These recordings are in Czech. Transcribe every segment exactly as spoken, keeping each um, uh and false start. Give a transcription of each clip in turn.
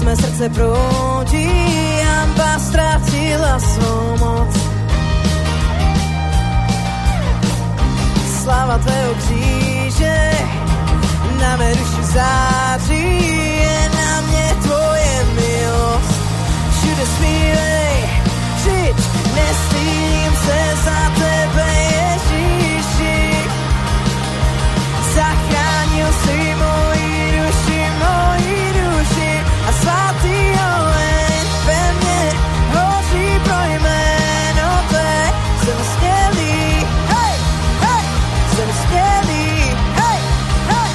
mé srdce proudí, hanba ztratila svou moc. Sláva tvého kříže na mé duši září, je na mě tvoje milost. Všude zpívej, křič, nestydím se za tebe, Ježíši. Zachránil si moji duši, moji duši a svatý oheň ve mně hoří pro jméno tvé. Jsem smělý, hej, hej, jsem smělý, hej, hej.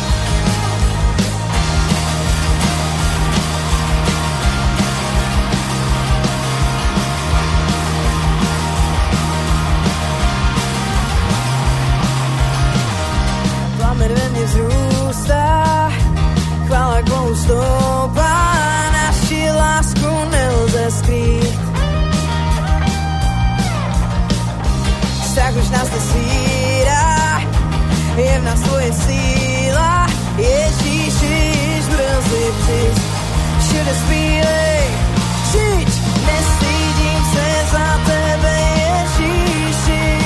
Plamen ve mně vzrůstá, chvála k Bohu stoupá, naši lásku nelze skrýt. Strach už nás nesvírá, je v nás tvoje síla, Ježíši, již brzy přijď. Všude zpívej, křič, nestydím se za tebe, Ježíši.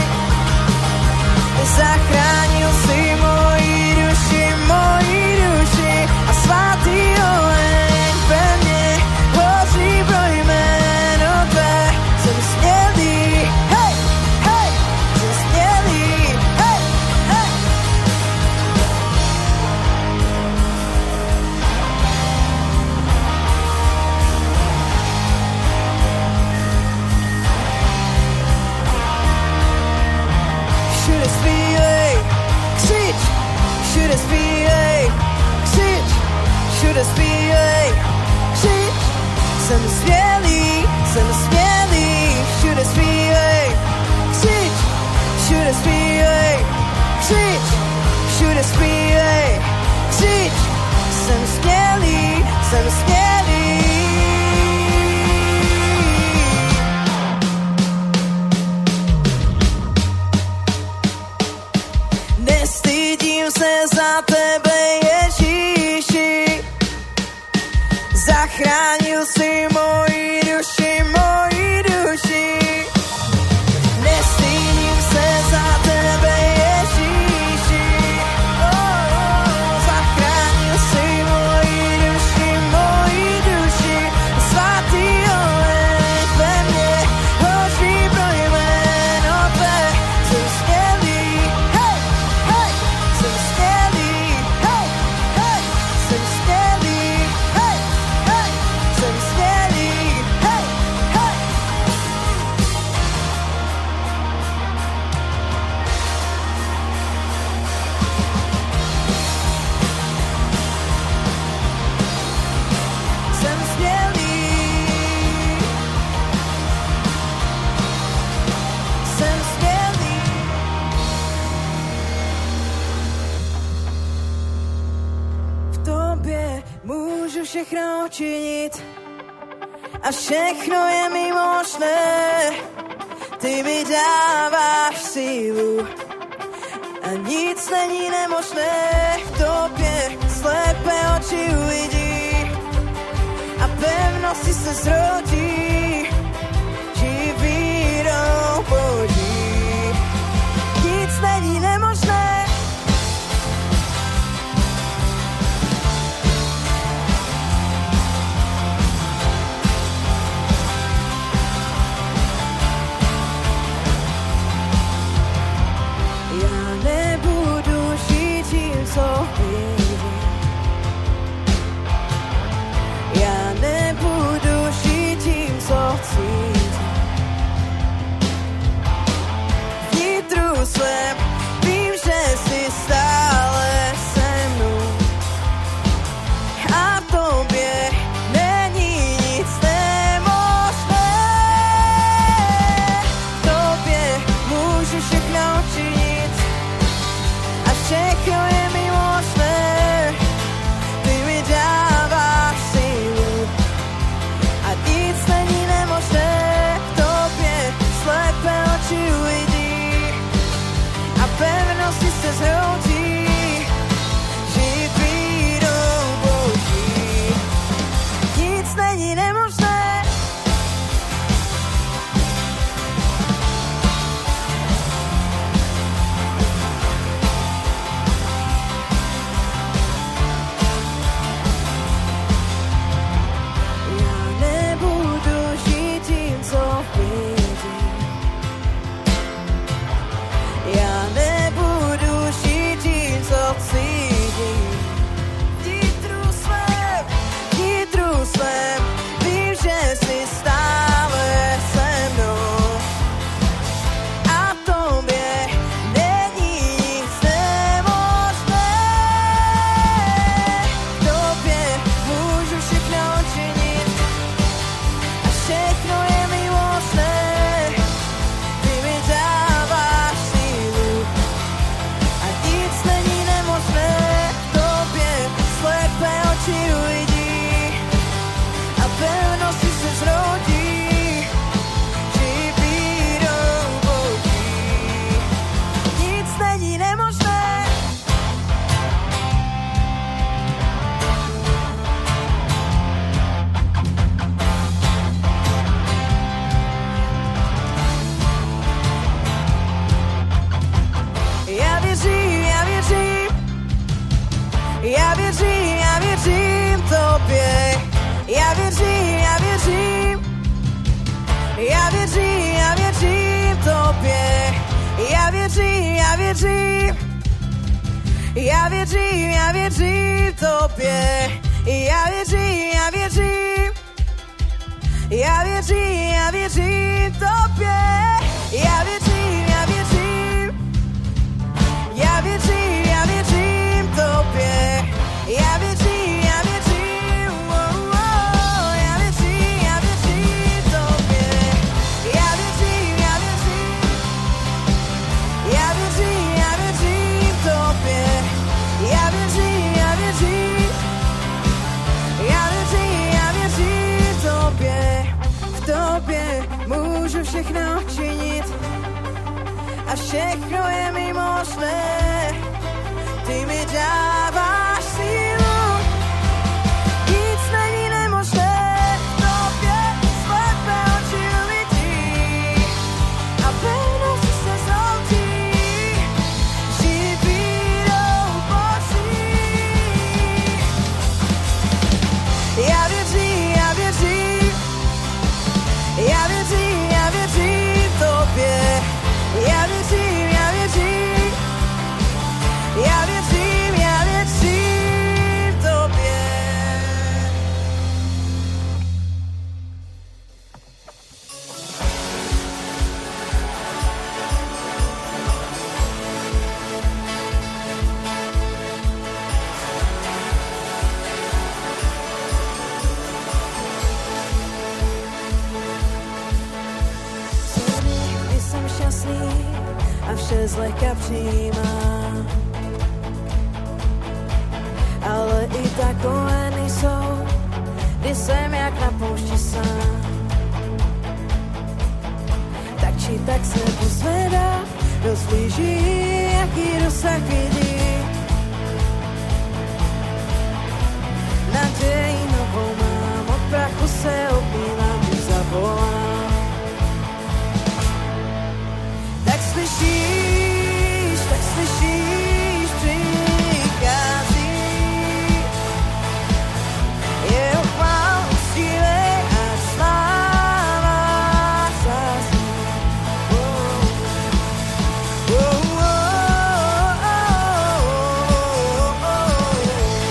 Zachránil si moji duši, moji duši a svatý oheň ve mně hoří pro jméno tvé. Jsem smělý, hej, hej, jsem smělý, hej, hej. Všude zpívej, křič, všude zpívej, křič, všude zpívej, křič. Jsem smělý, jsem smělý, všude zpívej, křič, všude zpívej, křič, všude zpívej, křič. Jsem smělý, jsem smělý. Nestydím se za tebe, Ježíši. Zachránil si moji duši, moji duši. Nestydím se za tebe, Ježíši. Oh, oh, zachránil si moji duši, moji duši. Svatý oheň ve mně hoří pro jméno tvé. Jsem smělý, hej, hej, jsem smělý, hej, hej, jsem smělý, hej, hej, jsem smělý, hej, hej. Jsem smělý, jsem smělý. V tobě můžu všechno činit a všechno je mi možné. Ty mi dáváš sílu a nic není nemožné. V tobě slepé oči uvidí a pevnosti se zrodí živírou Boží. Nic není nemožné. Já nebudu žít tím, co vidím. Já nebudu žít tím, Já věřím, já věřím tobě. Já věřím, já věřím. Já věřím, já věřím tobě. Já věřím, já věřím. Já věřím, já věřím tobě. Já věřím, já věřím. Oh, oh. Já věřím, já věřím tobě. Já věřím, já věřím. Já věřím, já věřím tobě. Já věřím, já věřím. Já věřím, já věřím tobě. V tobě můžu všechno činit a všechno je mi možné. Ty mi dáváš sílu, nic není nemožné. V tobě slepé oči vidí a pevnosti se zhoutí, živý jdou boží. Já věřím, já věřím. Já věřím, já věřím tobě. Já věřím, já věřím. Já věřím, já věřím tobě. Jsou dny, kdy jsem šťastný a vše zlehka přijímám. Ale i takové nejsou, kdy jsem jak na poušti sám. Tak či tak se pozvedá, rozlíží, jaký dosah vidí. Naději novou mám, od prachu se opínám, když zavolám. Tak slyšíš, tak slyšíš, přichází. Jeho chválu, síly a sláva zazní. Oh, oh, oh, oh, oh,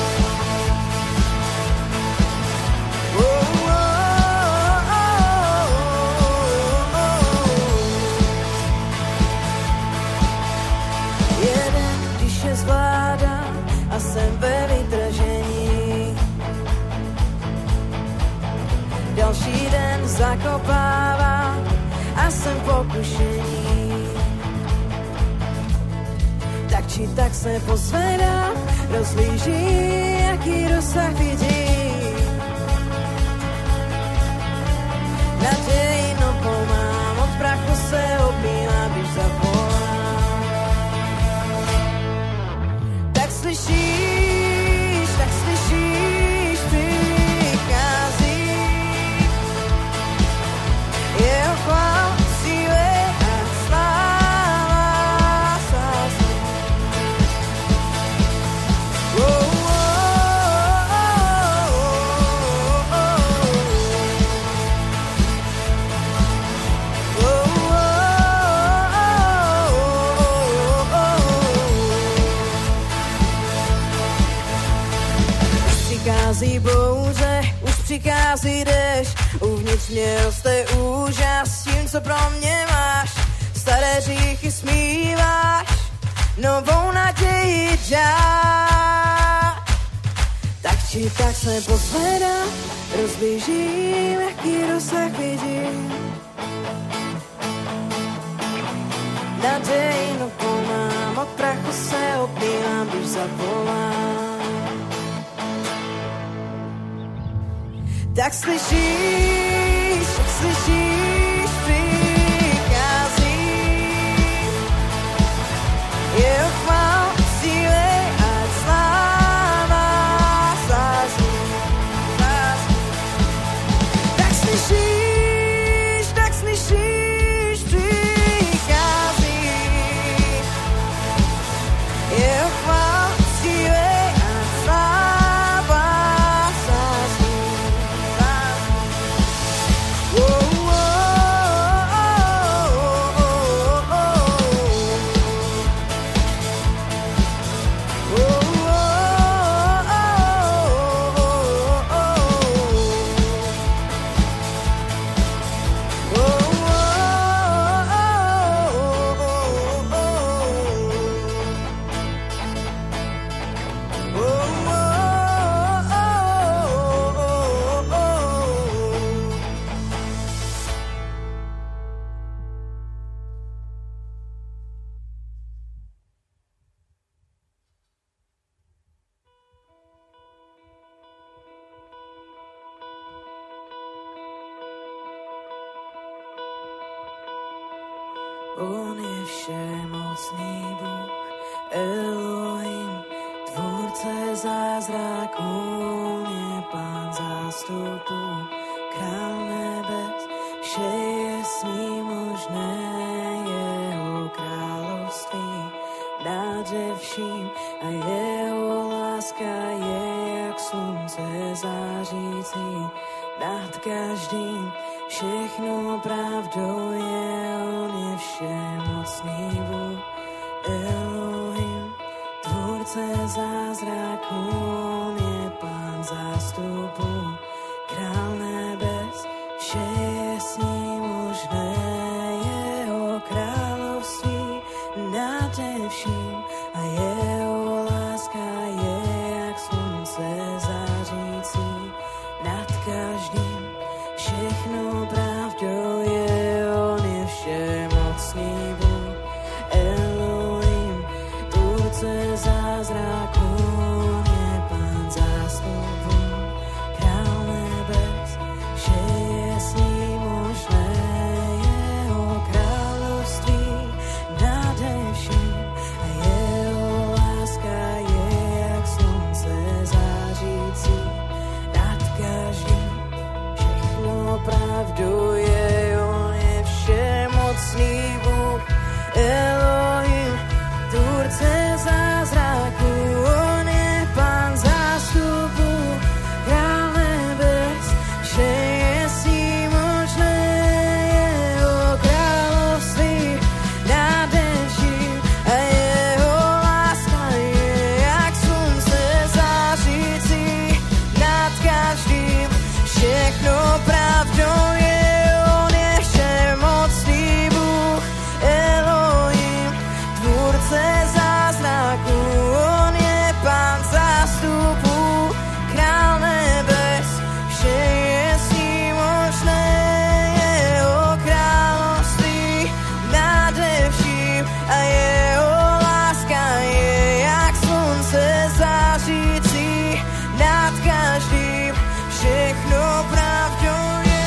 jeden, když je zvládám a jsem ve vytržení. Další den zakopávám a jsem pokušení. Tak či tak se pozvedám, rozlíží, jaký dosah vidí. Naději novou mám, od prachu se opínám, když zavolám. Tak slyšíš, tak slyšíš, přichází. Jeho chválu, síly a sláva zazní. Oh, oh, oh, oh, oh, oh, oh. Už přichází bouře, už přichází déšť, uvnitř mě roste úžas tím, co pro mě máš. Staré hříchy smíváš, novou naději dáš. Tak či tak se pozvedám, rozlížím, jaký dosah vidím. Naději novou mám, od prachu se opínám, když zavolám. Tak slyšíš, slyšíš, přichází. Jeho chválu, síly a sláva zazní, zazní. Tak slyšíš, tak slyšíš, přichází. Jeho chválu, síly a sláva zazní, zazní. Oh, oh. On je všemocný Bůh, Elohim, tvůrce zázraků, on je Pán zástupů, král nebes, vše je s ním možné, jeho království nade vším a jeho láska je jak slunce zářící nad každým, všechno pravdou je, on je všemocný Bůh, Elohim, tvůrce zázraků, on je Pán zástupů, král nebes, vše je s ním možné, jeho království nade vším a jeho láska je jak slunce zářící nad každým, všechno pravdou je, on je všemocný Bůh, Elohim, tvůrce zázraků, on je Pán zástupů, král nebes, vše je s ním možné, jeho království nade vším a jeho láska je jak slunce zářící nad každým, všechno pravdou je, on je všemocný Bůh, Elohim, tvůrce zázraků, on je Pán zástupů, král nebes, vše je s ním možné, jeho království nade vším a jeho láska je jak slunce zářící nad každým, všechno pravdou je, on je všemocný Bůh, Elohim, tvůrce zázraků, on je Pán zástupů, král nebes, vše je s ním možné, jeho království nade vším a jeho láska je jak slunce zářící nad každým, všechno pravdou je.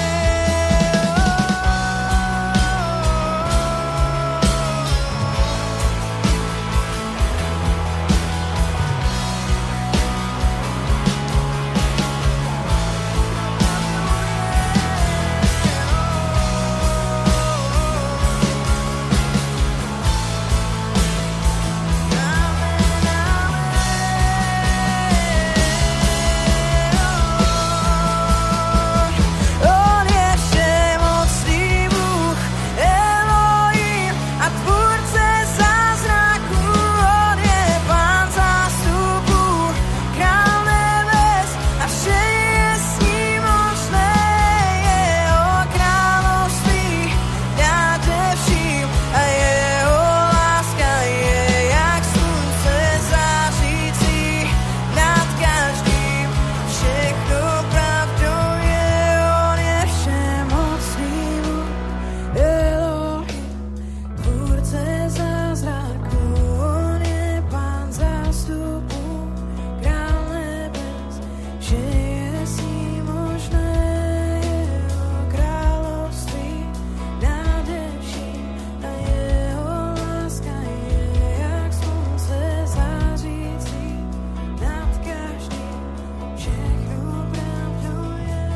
On je všemocný Bůh, Elohim a tvůrce zázraků, on je Pán zástupů, král nebes a vše je s ním možné, jeho království nade vším a jeho láska je jak slunce zářící nad každým, všechno pravdou je, on je všemocný Bůh, Elohim, tvůrce zázraků, on je Pán zástupů, král nebes, vše je s ním možné, jeho království nade vším a jeho láska je jak slunce zářící nad každým, všechno pravdou je.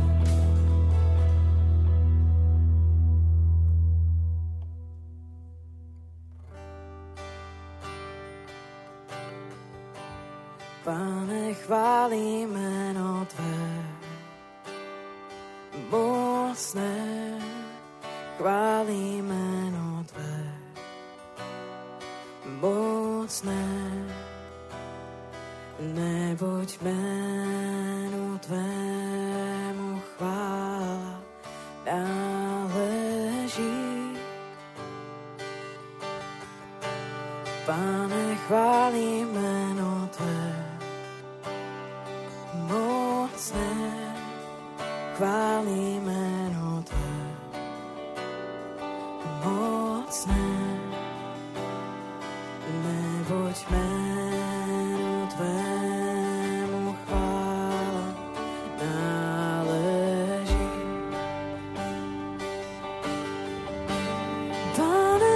Pane, chválí jméno Tvé, mocné, chválí jméno Tvé, mocné, neboť jménu Tvému chvála náleží. Pane, chválí jméno Tvé, mocné, chválí jméno Tvé, mocné, neboť jménu Tvému chvála náleží. Pane,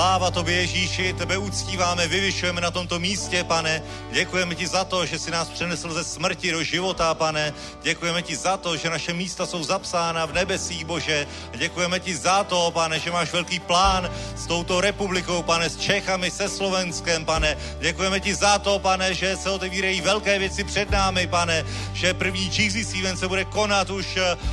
Sláva tobě, Ježíši, tebe uctíváme, vyvyšujeme na tomto místě, pane. Děkujeme ti za to, že jsi nás přenesl ze smrti do života, pane. Děkujeme ti za to, že naše místa jsou zapsána v nebesích, Bože. Děkujeme ti za to, pane, že máš velký plán s touto republikou, pane, s Čechami, se Slovenskem, pane. Děkujeme ti za to, pane, že se otevírají velké věci před námi, pane, že první Jesus Event se bude konat už,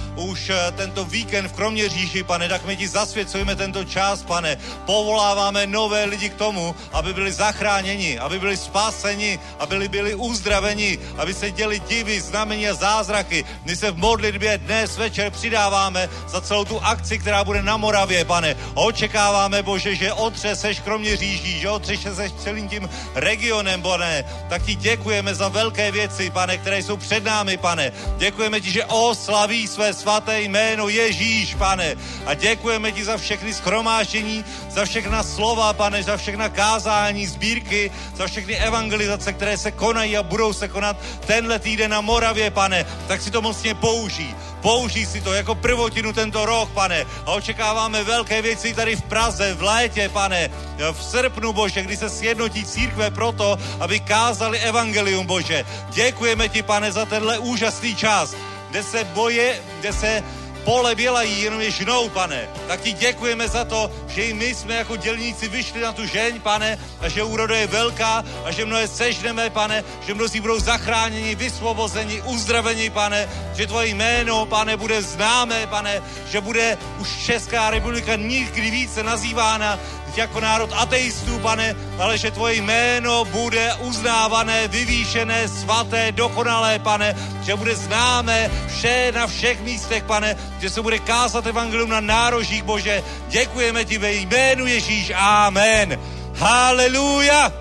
už tento víkend v Kroměříži, pane, tak my ti zasvěcujeme tento čas, pane. Povoláváme nové lidi k tomu, aby byli zachráněni, aby byli spaseni, aby byli uzdraveni, aby se děli divy, znamení a zázraky. My se v modlitbě dnes večer přidáváme za celou tu akci, která bude na Moravě, pane. Očekáváme, Bože, že otřeseš Kroměříží, že otřeseš celým tím regionem, pane. Tak ti děkujeme za velké věci, pane, které jsou před námi, pane. Děkujeme ti, že oslaví své svaté jméno Ježíš, pane. A děkujeme ti za všechny shromáždění, za všechna slova, pane, za všechna kázání, sbírky, za všechny evangelizace, které se konají a budou se konat tenhle týden na Moravě, pane. Tak si to mocně použij. Použij si to jako prvotinu tento rok, pane. A očekáváme velké věci tady v Praze, v létě, pane. V srpnu, Bože, kdy se sjednotí církve proto, aby kázali evangelium, Bože. Děkujeme ti, pane, za tenhle úžasný čas, kde se boje, kde se pole bělají, jenom je žnou, pane. Tak ti děkujeme za to, že i my jsme jako dělníci vyšli na tu žeň, pane, a že úroda je velká a že mnohé sežneme, pane, že mnozí budou zachráněni, vysvobozeni, uzdraveni, pane, že tvoje jméno, pane, bude známé, pane, že bude už Česká republika nikdy více nazývána jako národ ateistů, pane, ale že tvoje jméno bude uznávané, vyvýšené, svaté, dokonalé, pane, že bude známé vše na všech místech, pane, že se bude kázat evangelium na nárožích, Bože. Děkujeme ti ve jménu Ježíš. Amen. Haleluja.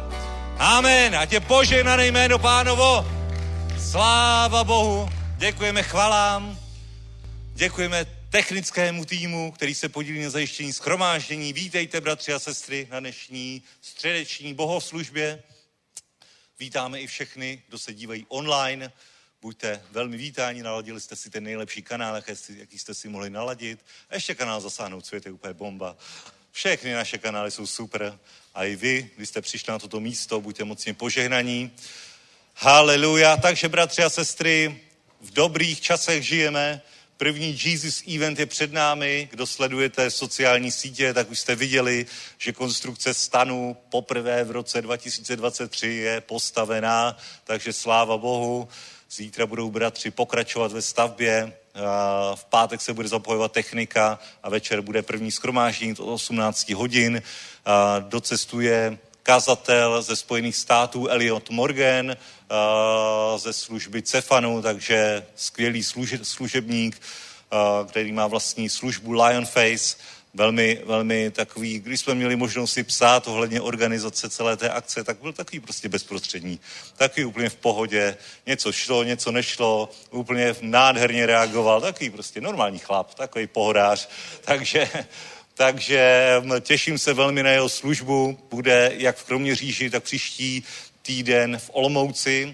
Amen. A tě požehnané jméno Pánovo. Sláva Bohu. Děkujeme chvalám. Děkujeme technickému týmu, který se podílí na zajištění shromáždění. Vítejte, bratři a sestry, na dnešní středeční bohoslužbě. Vítáme i všechny, kdo se dívají online. Buďte velmi vítáni, naladili jste si ten nejlepší kanál, jaký jste si mohli naladit. A ještě kanál Zasáhnout svět je úplně bomba. Všechny naše kanály jsou super. A i vy, když jste přišli na toto místo, buďte mocně požehnaní. Haleluja. Takže, bratři a sestry, v dobrých časech žijeme. První Jesus Event je před námi. Kdo sledujete sociální sítě, tak už jste viděli, že konstrukce stanu poprvé v roce dva tisíce dvacet tři je postavená, takže sláva Bohu. Zítra budou bratři pokračovat ve stavbě, v pátek se bude zapojovat technika a večer bude první shromáždění od osmnáct hodin. Docestuje kazatel ze Spojených států Elliot Morgan ze služby Cefanu, takže skvělý služe, služebník, který má vlastní službu Lion Face. Velmi, velmi takový, když jsme měli možnost si psát ohledně organizace celé té akce, tak byl takový prostě bezprostřední. Taky úplně v pohodě, něco šlo, něco nešlo, úplně nádherně reagoval, takový prostě normální chlap, takový pohodář. Takže, takže těším se velmi na jeho službu, bude jak v Kroměříži, tak příští týden v Olomouci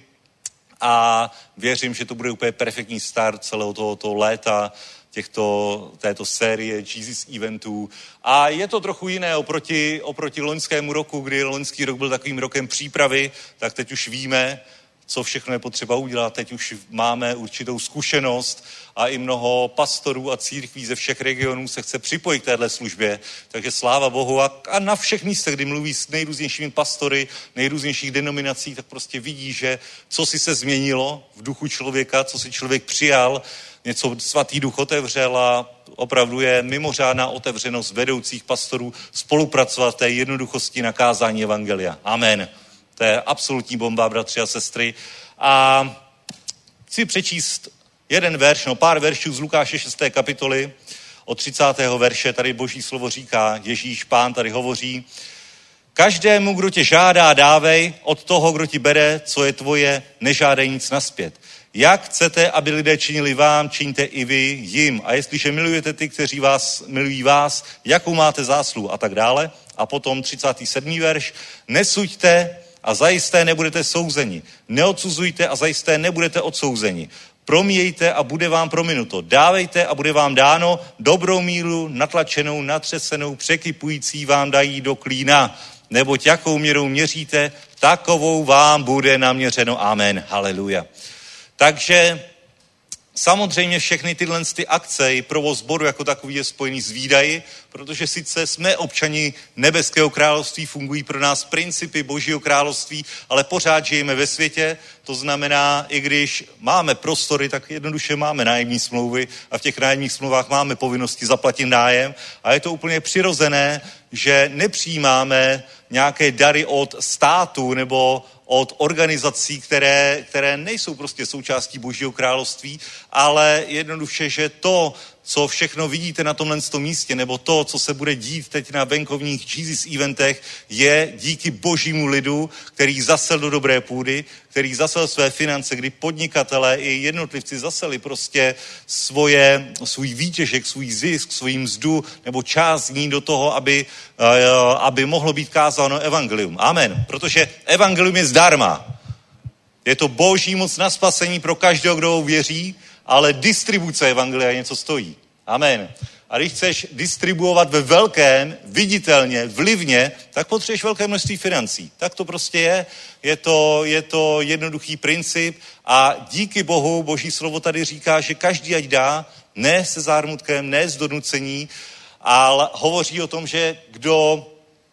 a věřím, že to bude úplně perfektní start celého tohoto léta, těchto, této série Jesus Eventů. A je to trochu jiné oproti, oproti loňskému roku, kdy loňský rok byl takovým rokem přípravy, tak teď už víme, co všechno je potřeba udělat. Teď už máme určitou zkušenost a i mnoho pastorů a církví ze všech regionů se chce připojit k téhle službě. Takže sláva Bohu a, a na všech místech, kdy mluví s nejrůznějšími pastory, nejrůznějších denominací, tak prostě vidí, že co si se změnilo v duchu člověka, co si člověk přijal, něco svatý duch otevřel a opravdu je mimořádná otevřenost vedoucích pastorů spolupracovat v té jednoduchosti na kázání evangelia. Amen. To je absolutní bomba, bratři a sestry. A chci přečíst jeden verš, no pár veršů z Lukáše šesté kapitoly. Od třicátého verše tady Boží slovo říká, Ježíš Pán tady hovoří, každému, kdo tě žádá, dávej, od toho, kdo ti bere, co je tvoje, nežádej nic nazpět. Jak chcete, aby lidé činili vám, čiňte i vy jim. A jestliže milujete ty, kteří vás milují vás, jakou máte zásluhu a tak dále. A potom třicátý sedmý verš. Nesuďte a zajisté nebudete souzeni. Neodsuzujte a zajisté nebudete odsouzeni. Promíjejte a bude vám prominuto. Dávejte a bude vám dáno, dobrou míru, natlačenou, natřesenou, překypující vám dají do klína. Neboť jakou měrou měříte, takovou vám bude naměřeno. Amen. Haleluja. Takže samozřejmě všechny tyhle ty akce i provoz sboru jako takový je spojený s výdaji, protože sice jsme občani nebeského království, fungují pro nás principy Božího království, ale pořád žijeme ve světě, to znamená, i když máme prostory, tak jednoduše máme nájemní smlouvy a v těch nájemních smlouvách máme povinnosti zaplatit nájem a je to úplně přirozené, že nepřijímáme nějaké dary od státu nebo od organizací, které, které nejsou prostě součástí Božího království, ale jednoduše, že to, co všechno vidíte na tomhle místě, nebo to, co se bude dít teď na venkovních Jesus eventech, je díky Božímu lidu, který zasel do dobré půdy, který zasel své finance, kdy podnikatelé i jednotlivci zaseli prostě svoje, svůj výtěžek, svůj zisk, svůj mzdu nebo část z ní do toho, aby, aby mohlo být kázáno evangelium. Amen. Protože evangelium je zdarma. Je to Boží moc na spasení pro každého, kdo ho věří, ale distribuce evangelia něco stojí. Amen. A když chceš distribuovat ve velkém, viditelně, vlivně, tak potřebuješ velké množství financí. Tak to prostě je. Je to, je to jednoduchý princip a díky Bohu, Boží slovo tady říká, že každý ať dá, ne se zármutkem, ne z donucení, ale hovoří o tom, že kdo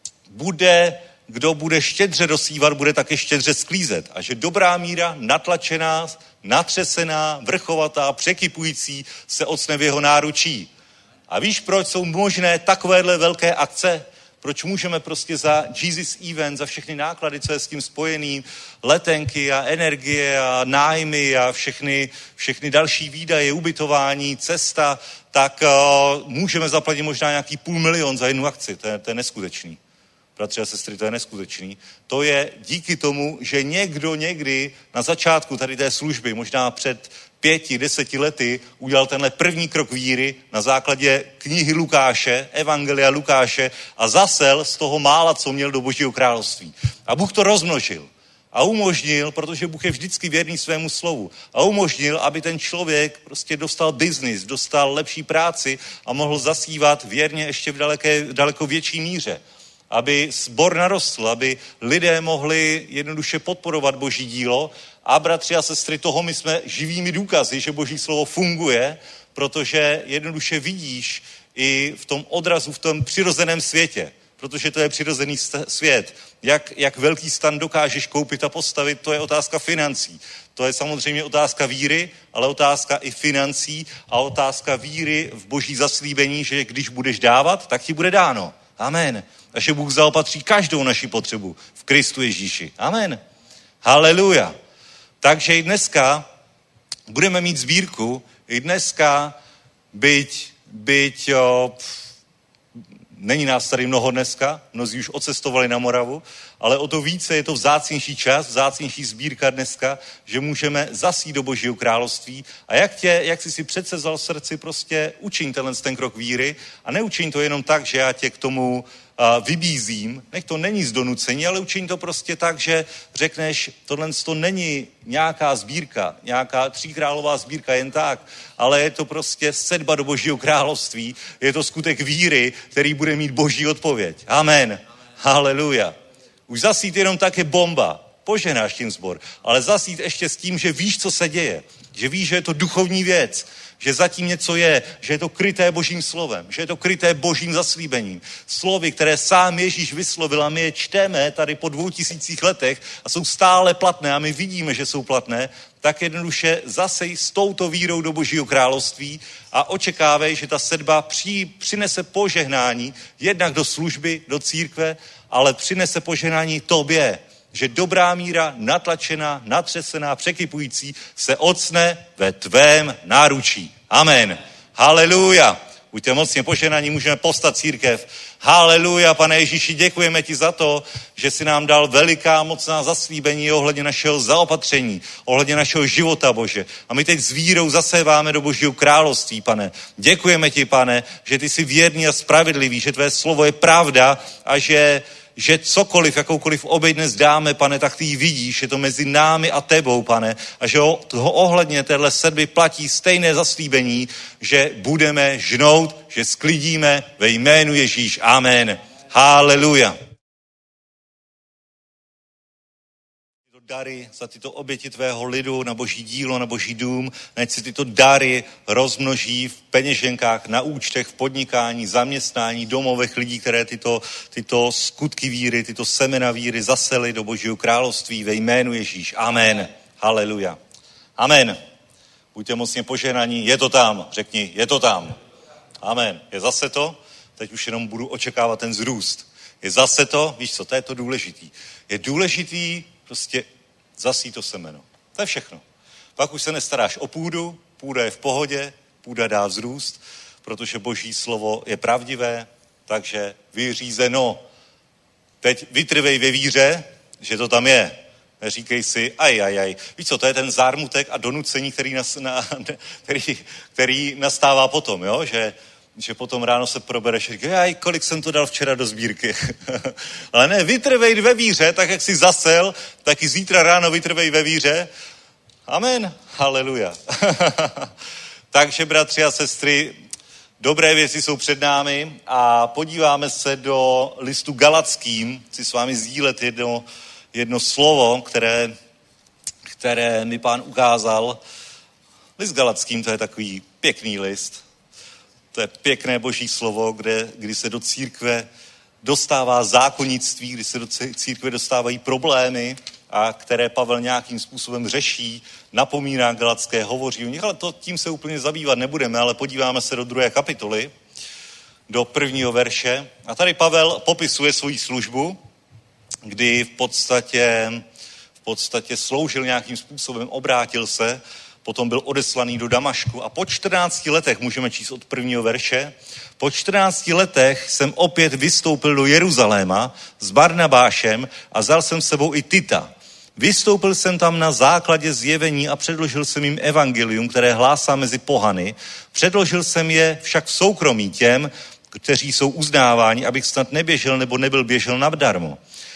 bude kdo bude štědře dosívat, bude také štědře sklízet. A že dobrá míra, natlačená, natřesená, vrchovatá, překypující se ocne v jeho náručí. A víš, proč jsou možné takovéhle velké akce? Proč můžeme prostě za Jesus Event, za všechny náklady, co je s tím spojený, letenky a energie a nájmy a všechny, všechny další výdaje, ubytování, cesta, tak uh, můžeme zaplatit možná nějaký půl milion za jednu akci. To je, to je neskutečný. Bratři a sestry, to je neskutečný. To je díky tomu, že někdo někdy na začátku tady té služby, možná před pěti, deseti lety, udělal tenhle první krok víry na základě knihy Lukáše, Evangelia Lukáše a zasel z toho mála, co měl do Božího království. A Bůh to rozmnožil a umožnil, protože Bůh je vždycky věrný svému slovu, a umožnil, aby ten člověk prostě dostal biznis, dostal lepší práci a mohl zasívat věrně ještě v daleké, daleko větší míře. Aby sbor narostl, aby lidé mohli jednoduše podporovat Boží dílo. A bratři a sestry, toho my jsme živými důkazy, že Boží slovo funguje, protože jednoduše vidíš i v tom odrazu, v tom přirozeném světě, protože to je přirozený svět. Jak, jak velký stan dokážeš koupit a postavit, to je otázka financí. To je samozřejmě otázka víry, ale otázka i financí a otázka víry v Boží zaslíbení, že když budeš dávat, tak ti bude dáno. Amen. A že Bůh zaopatří každou naši potřebu v Kristu Ježíši. Amen. Haleluja. Takže i dneska budeme mít sbírku, i dneska, byť, byť jo, pff, není nás tady mnoho dneska, mnozí už odcestovali na Moravu, ale o to více je to vzácnější čas, vzácnější sbírka dneska, že můžeme zasít do Božího království. A jak tě, jak jsi si přece vzal v srdci, prostě učiň tenhle ten krok víry a neučiň to jenom tak, že já tě k tomu uh, vybízím, nech to není z donucení, ale učiň to prostě tak, že řekneš, tohle to není nějaká sbírka, nějaká tříkrálová sbírka jen tak, ale je to prostě sedba do Božího království, je to skutek víry, který bude mít Boží odpověď. Amen. Amen. Haleluja. Už zasít jenom tak je bomba. Poženáš tím sbor. Ale zasít ještě s tím, že víš, co se děje. Že víš, že je to duchovní věc. Že zatím něco je. Že je to kryté Božím slovem. Že je to kryté Božím zaslíbením. Slovy, které sám Ježíš vyslovil a my je čteme tady po dvou tisících letech a jsou stále platné a my vidíme, že jsou platné, tak jednoduše zasej s touto vírou do Božího království a očekávej, že ta sedba při, přinese požehnání jednak do služby, do církve, ale přinese požehnání tobě, že dobrá míra, natlačená, natřesená, překypující se ocne ve tvém náručí. Amen. Haleluja. Buďte mocně požehnaní, můžeme povstat církev. Haleluja, Pane Ježíši, děkujeme ti za to, že jsi nám dal veliká mocná zaslíbení ohledně našeho zaopatření, ohledně našeho života, Bože. A my teď s vírou zaséváme do Božího království, Pane. Děkujeme ti, Pane, že ty jsi věrný a spravedlivý, že tvé slovo je pravda a že že cokoliv, jakoukoliv oběť dnes dáme, pane, tak ty ji vidíš, je to mezi námi a tebou, pane, a že ho, toho ohledně téhle sedby platí stejné zaslíbení, že budeme žnout, že sklidíme ve jménu Ježíš. Amen. Haleluja. Dary za tyto oběti tvého lidu na boží dílo, na boží dům, nechť si tyto dary rozmnoží v peněženkách, na účtech, v podnikání, zaměstnání, domovech lidí, které tyto, tyto skutky víry, tyto semena víry zasely do božího království ve jménu Ježíš. Amen. Haleluja. Amen. Buďte mocně požehnaní. Je to tam. Řekni, je to tam. Amen. Je zase to? Teď už jenom budu očekávat ten vzrůst. Je zase to? Víš co, to je to důležitý. Je důležitý prostě zasít to semeno. To je všechno. Pak už se nestaráš o půdu, půda je v pohodě, půda dá vzrůst, protože boží slovo je pravdivé, takže vyřízeno. Teď vytrvej ve víře, že to tam je. Neříkej si, aj, aj, aj. Víš co, to je ten zármutek a donucení, který, nas, na, který, který nastává potom, jo? Že, že potom ráno se probereš a říkáš, aj, kolik jsem to dal včera do sbírky. Ale ne, vytrvej ve víře, tak jak jsi zasel, tak i zítra ráno vytrvej ve víře. Amen. Haleluja. Takže, bratři a sestry, dobré věci jsou před námi a podíváme se do listu Galackým. Chci s vámi sdílet jedno, jedno slovo, které, které mi Pán ukázal. List Galackým, to je takový pěkný list. To je pěkné boží slovo, kde, kdy se do církve dostává zákonnictví, kdy se do církve dostávají problémy, a které Pavel nějakým způsobem řeší, napomíná Galacké, hovoří o nich, ale to tím se úplně zabývat nebudeme, ale podíváme se do druhé kapitoly, do prvního verše. A tady Pavel popisuje svoji službu, kdy v podstatě, v podstatě sloužil nějakým způsobem, obrátil se, potom byl odeslaný do Damašku a po čtrnácti letech, můžeme číst od prvního verše, po čtrnácti letech jsem opět vystoupil do Jeruzaléma s Barnabášem a vzal jsem s sebou i Tita. Vystoupil jsem tam na základě zjevení a předložil jsem jim evangelium, které hlásá mezi pohany. Předložil jsem je však v soukromí těm, kteří jsou uznáváni, abych snad neběžel nebo nebyl běžel nadarmo.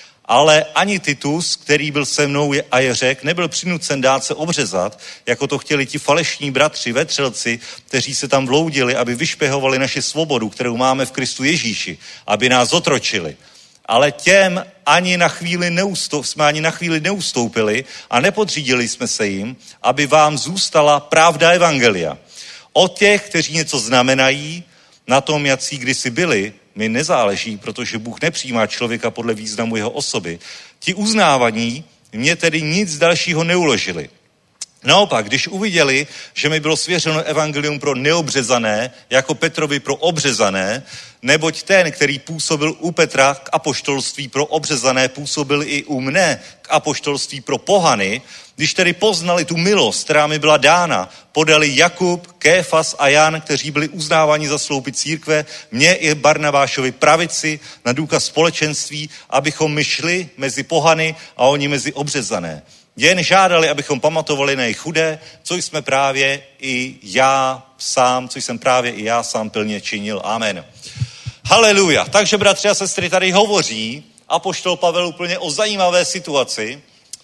Ale ani Titus, který byl se mnou a je řek, nebyl přinucen dát se obřezat, jako to chtěli ti falešní bratři, vetřelci, kteří se tam vloudili, aby vyšpehovali naši svobodu, kterou máme v Kristu Ježíši, aby nás otročili. Ale těm ani na chvíli neustoup, jsme ani na chvíli neustoupili a nepodřídili jsme se jim, aby vám zůstala pravda evangelia. O těch, kteří něco znamenají, na tom, jací kdysi byli, mi nezáleží, protože Bůh nepřijímá člověka podle významu jeho osoby. Ti uznávaní mě tedy nic dalšího neuložili. Naopak, když uviděli, že mi bylo svěřeno evangelium pro neobřezané, jako Petrovi pro obřezané, neboť ten, který působil u Petra k apoštolství pro obřezané, působil i u mne k apoštolství pro pohany, když tedy poznali tu milost, která mi byla dána, podali Jakub, Kéfas a Jan, kteří byli uznáváni za sloupy církve, mě i Barnabášovi pravici na důkaz společenství, abychom my šli mezi pohany a oni mezi obřezané. Jen žádali, abychom pamatovali na jejich chudé, co jsme právě i já sám, co jsem právě i já sám pilně činil. Amen. Haleluja. Takže, bratři a sestry, tady hovoří apoštol Pavel úplně o zajímavé situaci,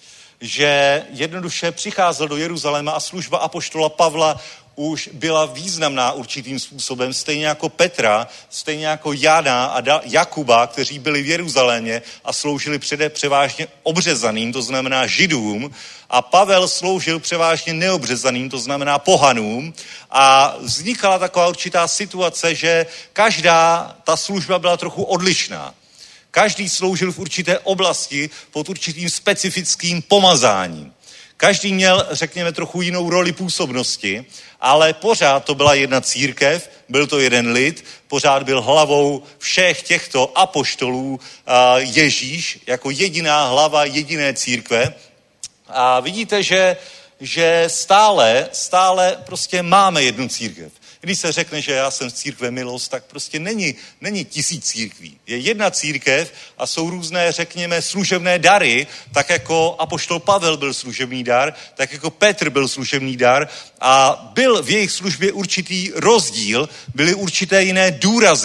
že jednoduše přicházel do Jeruzaléma a služba apoštola Pavla už byla významná určitým způsobem, stejně jako Petra, stejně jako Jana a Jakuba, kteří byli v Jeruzalémě a sloužili přede převážně obřezaným, to znamená Židům, a Pavel sloužil převážně neobřezaným, to znamená pohanům, a vznikala taková určitá situace, že každá ta služba byla trochu odlišná. Každý sloužil v určité oblasti pod určitým specifickým pomazáním. Každý měl, řekněme, trochu jinou roli působnosti, ale pořád to byla jedna církev, byl to jeden lid, pořád byl hlavou všech těchto apoštolů Ježíš jako jediná hlava jediné církve. A vidíte, že, že stále, stále prostě máme jednu církev. Když se řekne, že já jsem z církve Milost, tak prostě není, není tisíc církví. Je jedna církev a jsou různé, řekněme, služebné dary, tak jako apoštol Pavel byl služebný dar, tak jako Petr byl služebný dar a byl v jejich službě určitý rozdíl, byly určité jiné důrazy,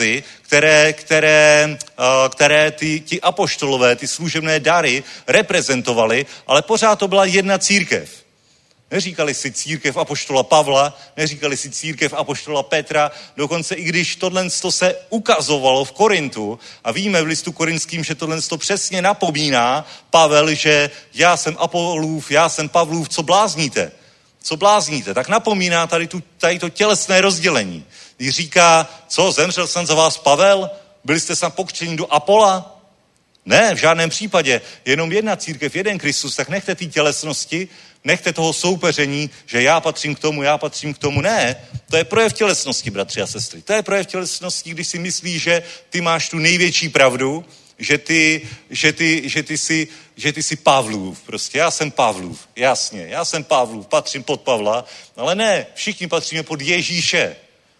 které, které, které ty, ti apoštolové, ty služebné dary reprezentovali, ale pořád to byla jedna církev. Neříkali si církev apoštola Pavla, neříkali si církev apoštola Petra, dokonce i když tohle se ukazovalo v Korintu a víme v listu korinským, že tohle přesně napomíná Pavel, že já jsem Apolův, já jsem Pavlův, co blázníte? Co blázníte? Tak napomíná tady, tu, tady to tělesné rozdělení. Když říká, co, zemřel jsem za vás Pavel? Byli jste sam pokřtěni do Apola? Ne, v žádném případě. Jenom jedna církev, jeden Kristus, tak nechte ty tělesnosti, nechte toho soupeření, že já patřím k tomu, já patřím k tomu. Ne, to je projev tělesnosti, bratři a sestry. To je projev tělesnosti, když si myslíš, že ty máš tu největší pravdu, že ty, že ty, že ty, jsi, že ty jsi Pavlův. Prostě já jsem Pavlův, jasně, já jsem Pavlův, patřím pod Pavla, ale ne, všichni patříme pod Ježíše.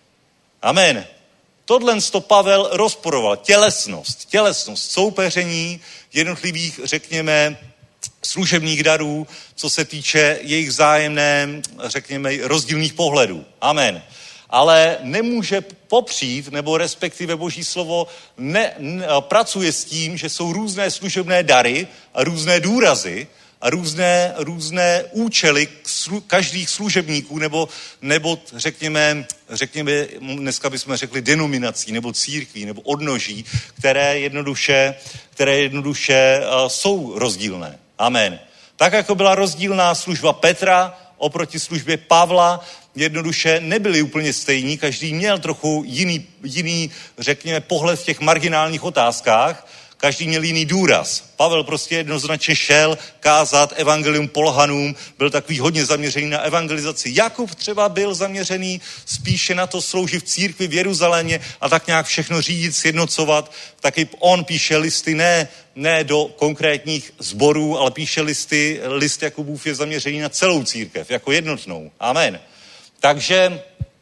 Amen. Tohle to Pavel rozporoval. Tělesnost, tělesnost, soupeření jednotlivých, řekněme, služebních darů, co se týče jejich vzájemné, řekněme, rozdílných pohledů. Amen. Ale nemůže popřít, nebo respektive Boží slovo ne, ne, pracuje s tím, že jsou různé služebné dary a různé důrazy a různé, různé účely slu, každých služebníků, nebo, nebo řekněme, řekněme, dneska bychom řekli denominací, nebo církví, nebo odnoží, které jednoduše, které jednoduše uh, jsou rozdílné. Amen. Tak, jako byla rozdílná služba Petra oproti službě Pavla, jednoduše nebyli úplně stejní, každý měl trochu jiný, jiný, řekněme, pohled v těch marginálních otázkách, každý měl jiný důraz. Pavel prostě jednoznačně šel kázat evangelium pohanům, byl takový hodně zaměřený na evangelizaci. Jakub třeba byl zaměřený spíše na to sloužit v církvi v Jeruzalémě a tak nějak všechno řídit, sjednocovat. Taky on píše listy ne, ne do konkrétních sborů, ale píše listy, list Jakubův je zaměřený na celou církev, jako jednotnou. Amen. Takže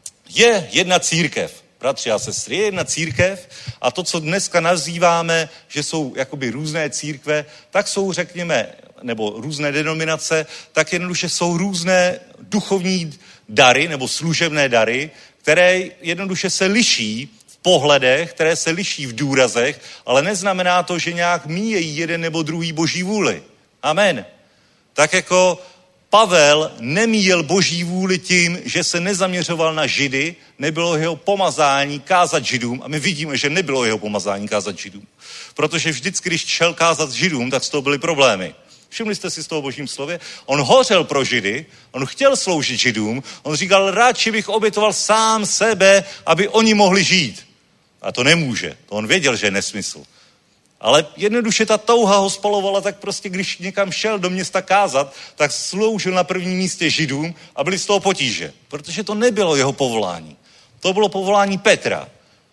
je jedna církev. Bratři a sestry, je jedna církev a to, co dneska nazýváme, že jsou jakoby různé církve, tak jsou, řekněme, nebo různé denominace, tak jednoduše jsou různé duchovní dary nebo služebné dary, které jednoduše se liší v pohledech, které se liší v důrazech, ale neznamená to, že nějak míjejí jeden nebo druhý Boží vůli. Amen. Tak jako Pavel nemíjel Boží vůli tím, že se nezaměřoval na Židy, nebylo jeho pomazání kázat Židům a my vidíme, že nebylo jeho pomazání kázat Židům. Protože vždycky, když šel kázat Židům, tak z toho byly problémy. Všimli jste si z toho Božím slově? On hořel pro Židy, on chtěl sloužit Židům, on říkal, radši bych obětoval sám sebe, aby oni mohli žít. A to nemůže, to on věděl, že je nesmysl. Ale jednoduše ta touha ho spalovala, tak prostě když někam šel do města kázat, tak sloužil na prvním místě Židům a byly z toho potíže. Protože to nebylo jeho povolání. To bylo povolání Petra.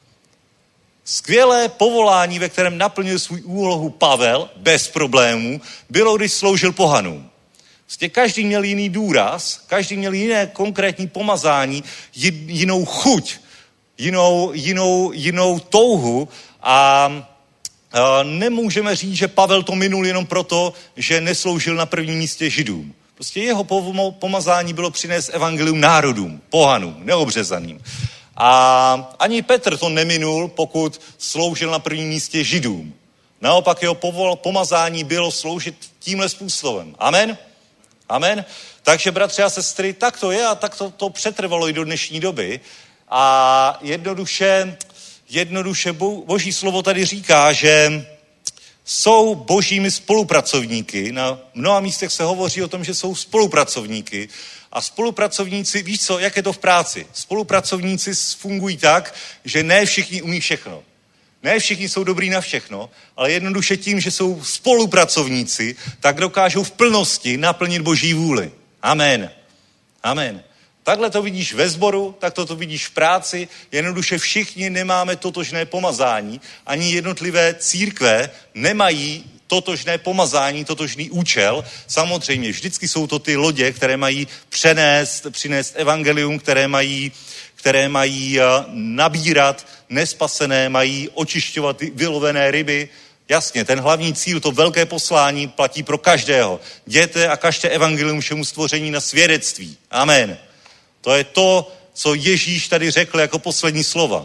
Skvělé povolání, ve kterém naplnil svůj úlohu Pavel, bez problémů, bylo, když sloužil pohanům. Prostě každý měl jiný důraz, každý měl jiné konkrétní pomazání, jinou chuť, jinou, jinou, jinou touhu a nemůžeme říct, že Pavel to minul jenom proto, že nesloužil na prvním místě Židům. Prostě jeho pomazání bylo přinést evangelium národům, pohanům, neobřezaným. A ani Petr to neminul, pokud sloužil na prvním místě Židům. Naopak jeho pomazání bylo sloužit tímhle způsobem. Amen? Amen? Takže, bratři a sestry, tak to je a tak to, to přetrvalo i do dnešní doby. A jednoduše... Jednoduše Boží slovo tady říká, že jsou božími spolupracovníky. Na mnoha místech se hovoří o tom, že jsou spolupracovníky. A spolupracovníci, víš co, jak je to v práci? Spolupracovníci fungují tak, že ne všichni umí všechno. Ne všichni jsou dobrý na všechno, ale jednoduše tím, že jsou spolupracovníci, tak dokážou v plnosti naplnit Boží vůli. Amen. Amen. Takhle to vidíš ve sboru, tak to, to vidíš v práci. Jednoduše všichni nemáme totožné pomazání, ani jednotlivé církve nemají totožné pomazání, totožný účel. Samozřejmě vždycky jsou to ty lodě, které mají přenést, přinést evangelium, které mají, které mají nabírat nespasené, mají očišťovat vylovené ryby. Jasně, ten hlavní cíl, to velké poslání platí pro každého. Jděte a kažte evangelium všemu stvoření na svědectví. Amen. To je to, co Ježíš tady řekl jako poslední slova.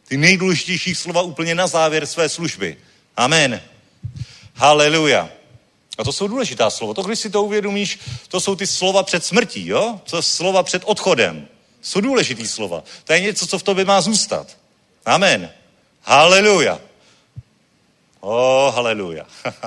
Ty nejdůležitější slova úplně na závěr své služby. Amen. Haleluja. A to jsou důležitá slova. To, když si to uvědomíš, to jsou ty slova před smrtí, jo? To slova před odchodem. Jsou důležitý slova. To je něco, co v tobě má zůstat. Amen. Haleluja. O, haleluja.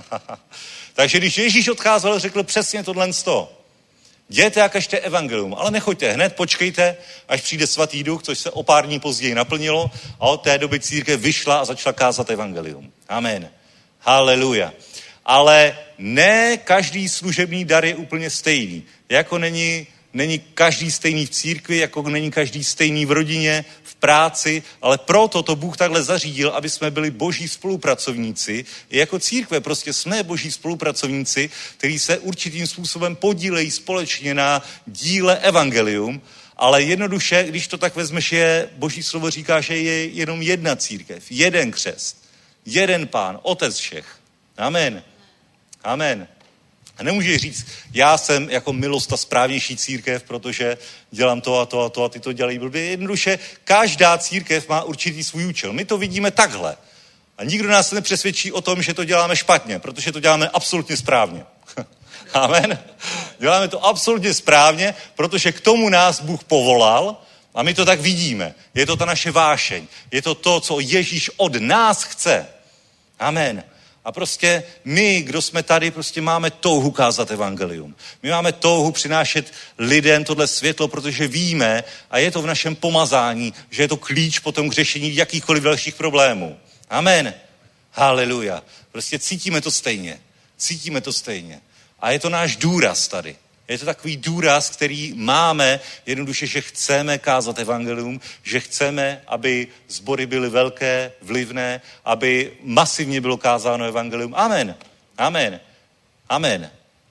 Takže když Ježíš odcházel, řekl přesně tohle sto. Jděte a kažte evangelium, ale nechoďte hned, počkejte, až přijde svatý duch, což se o pár dní později naplnilo a od té doby církev vyšla a začala kázat evangelium. Amen. Haleluja. Ale ne každý služební dar je úplně stejný. Jako není, není každý stejný v církvi, jako není každý stejný v rodině, v práci, ale proto to Bůh takhle zařídil, aby jsme byli boží spolupracovníci. I jako církve prostě jsme boží spolupracovníci, kteří se určitým způsobem podílejí společně na díle evangelium, ale jednoduše, když to tak vezmeš, je, boží slovo říká, že je jenom jedna církev, jeden křest, jeden pán, otec všech. Amen. Amen. A nemůžeš říct, já jsem jako milost ta správnější církev, protože dělám to a to a to a ty to dělají blbě. Jednoduše, každá církev má určitý svůj účel. My to vidíme takhle. A nikdo nás nepřesvědčí o tom, že to děláme špatně, protože to děláme absolutně správně. Amen. Děláme to absolutně správně, protože k tomu nás Bůh povolal a my to tak vidíme. Je to ta naše vášeň. Je to to, co Ježíš od nás chce. Amen. A prostě my, kdo jsme tady, prostě máme touhu kázat evangelium. My máme touhu přinášet lidem tohle světlo, protože víme, a je to v našem pomazání, že je to klíč potom k řešení jakýchkoliv dalších problémů. Amen. Haleluja. Prostě cítíme to stejně. Cítíme to stejně. A je to náš důraz tady. Je to takový důraz, který máme, jednoduše, že chceme kázat evangelium, že chceme, aby sbory byly velké, vlivné, aby masivně bylo kázáno evangelium. Amen. Amen. Amen.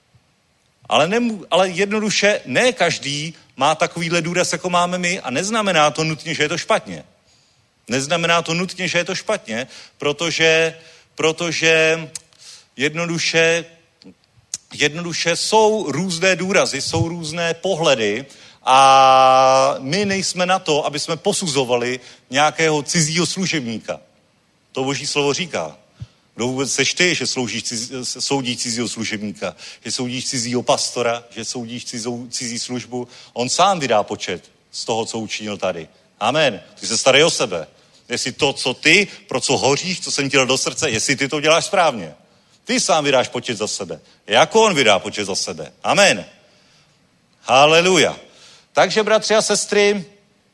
Ale, nemů, ale jednoduše ne každý má takovýhle důraz, jako máme my a neznamená to nutně, že je to špatně. Neznamená to nutně, že je to špatně, protože, protože jednoduše Jednoduše jsou různé důrazy, jsou různé pohledy a my nejsme na to, aby jsme posuzovali nějakého cizího služebníka. To boží slovo říká. Kdo vůbec seš ty, že sloužíš cizí, soudíš cizího služebníka, že soudíš cizího pastora, že soudíš cizou, cizí službu. On sám vydá počet z toho, co učinil tady. Amen. Ty se starej o sebe. Jestli to, co ty, pro co hoříš, co jsem ti dal do srdce, jestli ty to děláš správně. Ty sám vydáš počet za sebe. Jako on vydá počet za sebe. Amen. Haleluja. Takže, bratři a sestry,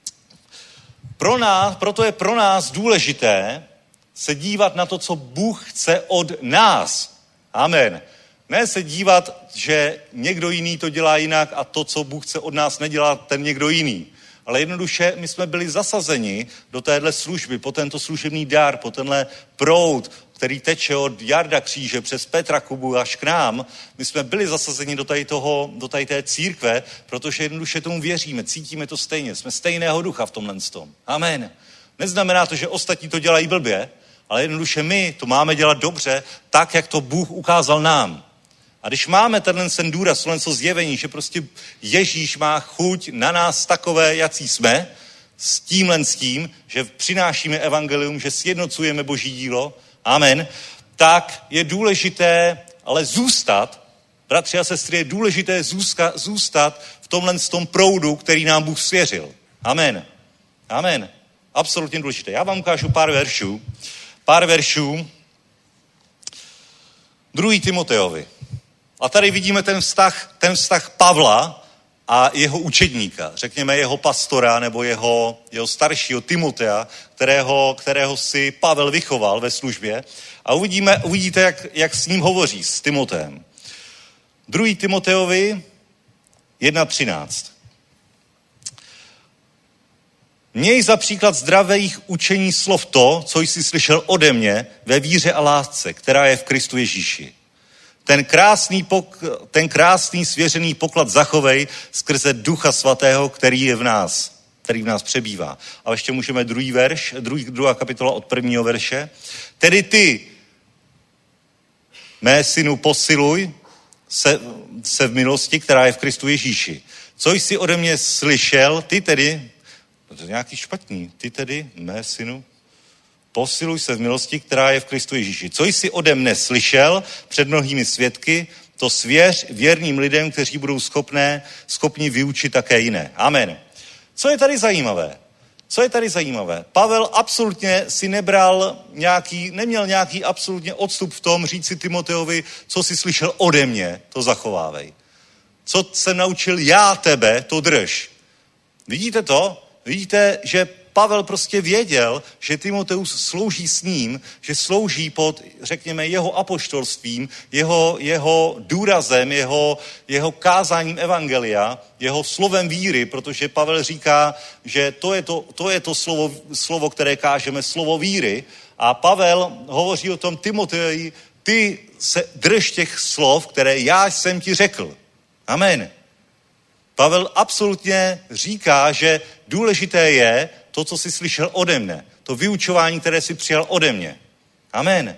pro nás, proto je pro nás důležité se dívat na to, co Bůh chce od nás. Amen. Ne se dívat, že někdo jiný to dělá jinak a to, co Bůh chce od nás, nedělá ten někdo jiný. Ale jednoduše my jsme byli zasazeni do téhle služby, po tento služební dar, po tenhle proud, který teče od Jarda Kříže přes Petra Kubu až k nám. My jsme byli zasazeni do tady, toho, do tady té církve, protože jednoduše tomu věříme, cítíme to stejně, jsme stejného ducha v tomhle tom. Amen. Neznamená to, že ostatní to dělají blbě, ale jednoduše my to máme dělat dobře, tak, jak to Bůh ukázal nám. A když máme tenhle ten důraz, tohle zjevení, že prostě Ježíš má chuť na nás takové, jací jsme, s tímhle s tím, že přinášíme evangelium, že sjednocujeme boží dílo, amen, tak je důležité ale zůstat, bratři a sestry, je důležité zůstat, zůstat v tomhle tom proudu, který nám Bůh svěřil. Amen. Amen. Absolutně důležité. Já vám ukážu pár veršů. Pár veršů druhý Timoteovi. A tady vidíme ten vztah, ten vztah Pavla a jeho učedníka, řekněme jeho pastora nebo jeho, jeho staršího Timotea, kterého, kterého si Pavel vychoval ve službě. A uvidíme, uvidíte, jak, jak s ním hovoří, s Timoteem. druhý Timoteovi jedna třináct. Měj za příklad zdravých učení slov to, co jsi slyšel ode mě ve víře a lásce, která je v Kristu Ježíši. Ten krásný, pok- ten krásný svěřený poklad zachovej skrze Ducha Svatého, který je v nás, který v nás přebývá. A ještě můžeme druhý verš, druhý, druhá kapitola od prvního verše. Tedy ty, mé synu, posiluj se, se v milosti, která je v Kristu Ježíši. Co jsi ode mě slyšel, ty tedy, to je nějaký špatný, ty tedy, mé synu, Posiluj se v milosti, která je v Kristu Ježíši. Co jsi ode mne slyšel před mnohými svědky, to svěř věrným lidem, kteří budou schopné, schopni vyučit také jiné. Amen. Co je tady zajímavé? Co je tady zajímavé? Pavel absolutně si nebral nějaký, neměl nějaký absolutně odstup v tom říct si Timoteovi, co jsi slyšel ode mě, to zachovávej. Co jsem naučil já tebe, to drž. Vidíte to? Vidíte, že Pavel prostě věděl, že Timoteus slouží s ním, že slouží pod, řekněme, jeho apoštolstvím, jeho, jeho důrazem, jeho, jeho kázáním evangelia, jeho slovem víry, protože Pavel říká, že to je to, to, je to slovo, slovo, které kážeme, slovo víry. A Pavel hovoří o tom Timoteji, ty se drž těch slov, které já jsem ti řekl. Amen. Pavel absolutně říká, že důležité je to, co jsi slyšel ode mne. To vyučování, které jsi přijal ode mě. Amen.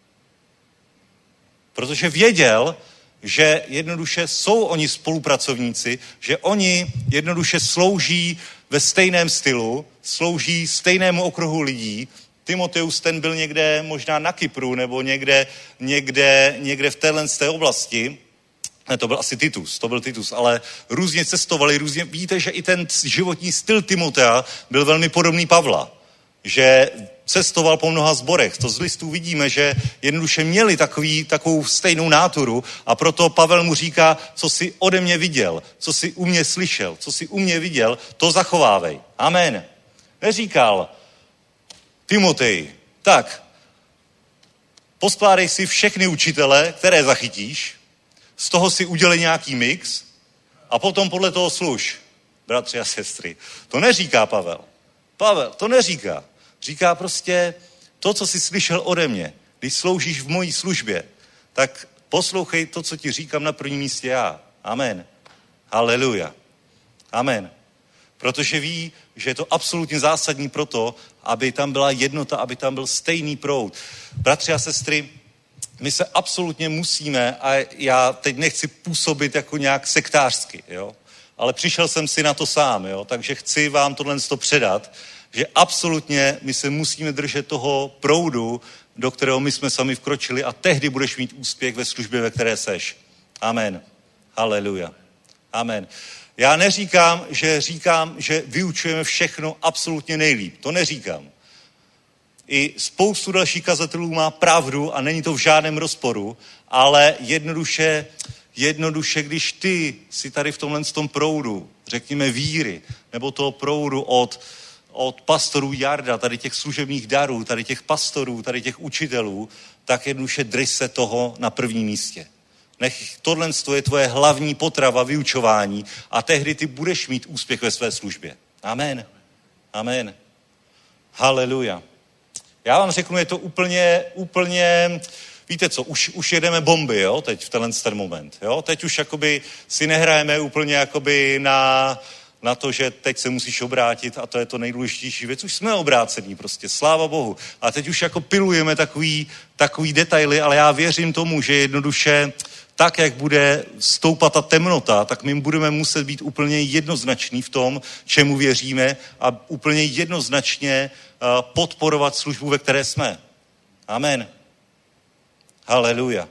Protože věděl, že jednoduše jsou oni spolupracovníci, že oni jednoduše slouží ve stejném stylu, slouží stejnému okruhu lidí. Timoteus ten byl někde možná na Kypru nebo někde, někde, někde v téhle z té oblasti. Ne, to byl asi Titus, to byl Titus, ale různě cestovali, různě, víte, že i ten životní styl Timotea byl velmi podobný Pavla, že cestoval po mnoha sborech, to z listů vidíme, že jednoduše měli takový, takovou stejnou náturu a proto Pavel mu říká, co jsi ode mě viděl, co jsi u mě slyšel, co jsi u mě viděl, to zachovávej. Amen. Neříkal Timotej, tak, poskládej si všechny učitele, které zachytíš, z toho si udělej nějaký mix a potom podle toho služ, bratři a sestry. To neříká Pavel. Pavel to neříká. Říká prostě to, co jsi slyšel ode mě. Když sloužíš v mojí službě, tak poslouchej to, co ti říkám na prvním místě já. Amen. Haleluja. Amen. Protože ví, že je to absolutně zásadní pro to, aby tam byla jednota, aby tam byl stejný proud. Bratři a sestry, my se absolutně musíme, a já teď nechci působit jako nějak sektářsky, jo? Ale přišel jsem si na to sám, jo? Takže chci vám tohle předat, že absolutně my se musíme držet toho proudu, do kterého my jsme sami vkročili a tehdy budeš mít úspěch ve službě, ve které seš. Amen. Haleluja. Amen. Já neříkám, že říkám, že vyučujeme všechno absolutně nejlíp. To neříkám. I spoustu dalších kazatelů má pravdu a není to v žádném rozporu, ale jednoduše, jednoduše, když ty si tady v tomhle tom proudu, řekněme víry, nebo toho proudu od, od pastorů Jarda, tady těch služebních darů, tady těch pastorů, tady těch učitelů, tak jednoduše drž se toho na prvním místě. Nech tohle je tvoje hlavní potrava, vyučování a tehdy ty budeš mít úspěch ve své službě. Amen. Amen. Haleluja. Já vám řeknu, je to úplně, úplně, víte co, už, už jedeme bomby, jo, teď v tenhle ten moment, jo, teď už jakoby si nehrajeme úplně jakoby na, na to, že teď se musíš obrátit a to je to nejdůležitější věc, už jsme obrácení prostě, sláva Bohu. A teď už jako pilujeme takový, takový detaily, ale já věřím tomu, že jednoduše tak, jak bude stoupat ta temnota, tak my budeme muset být úplně jednoznační v tom, čemu věříme a úplně jednoznačně podporovat službu, ve které jsme. Amen. Haleluja.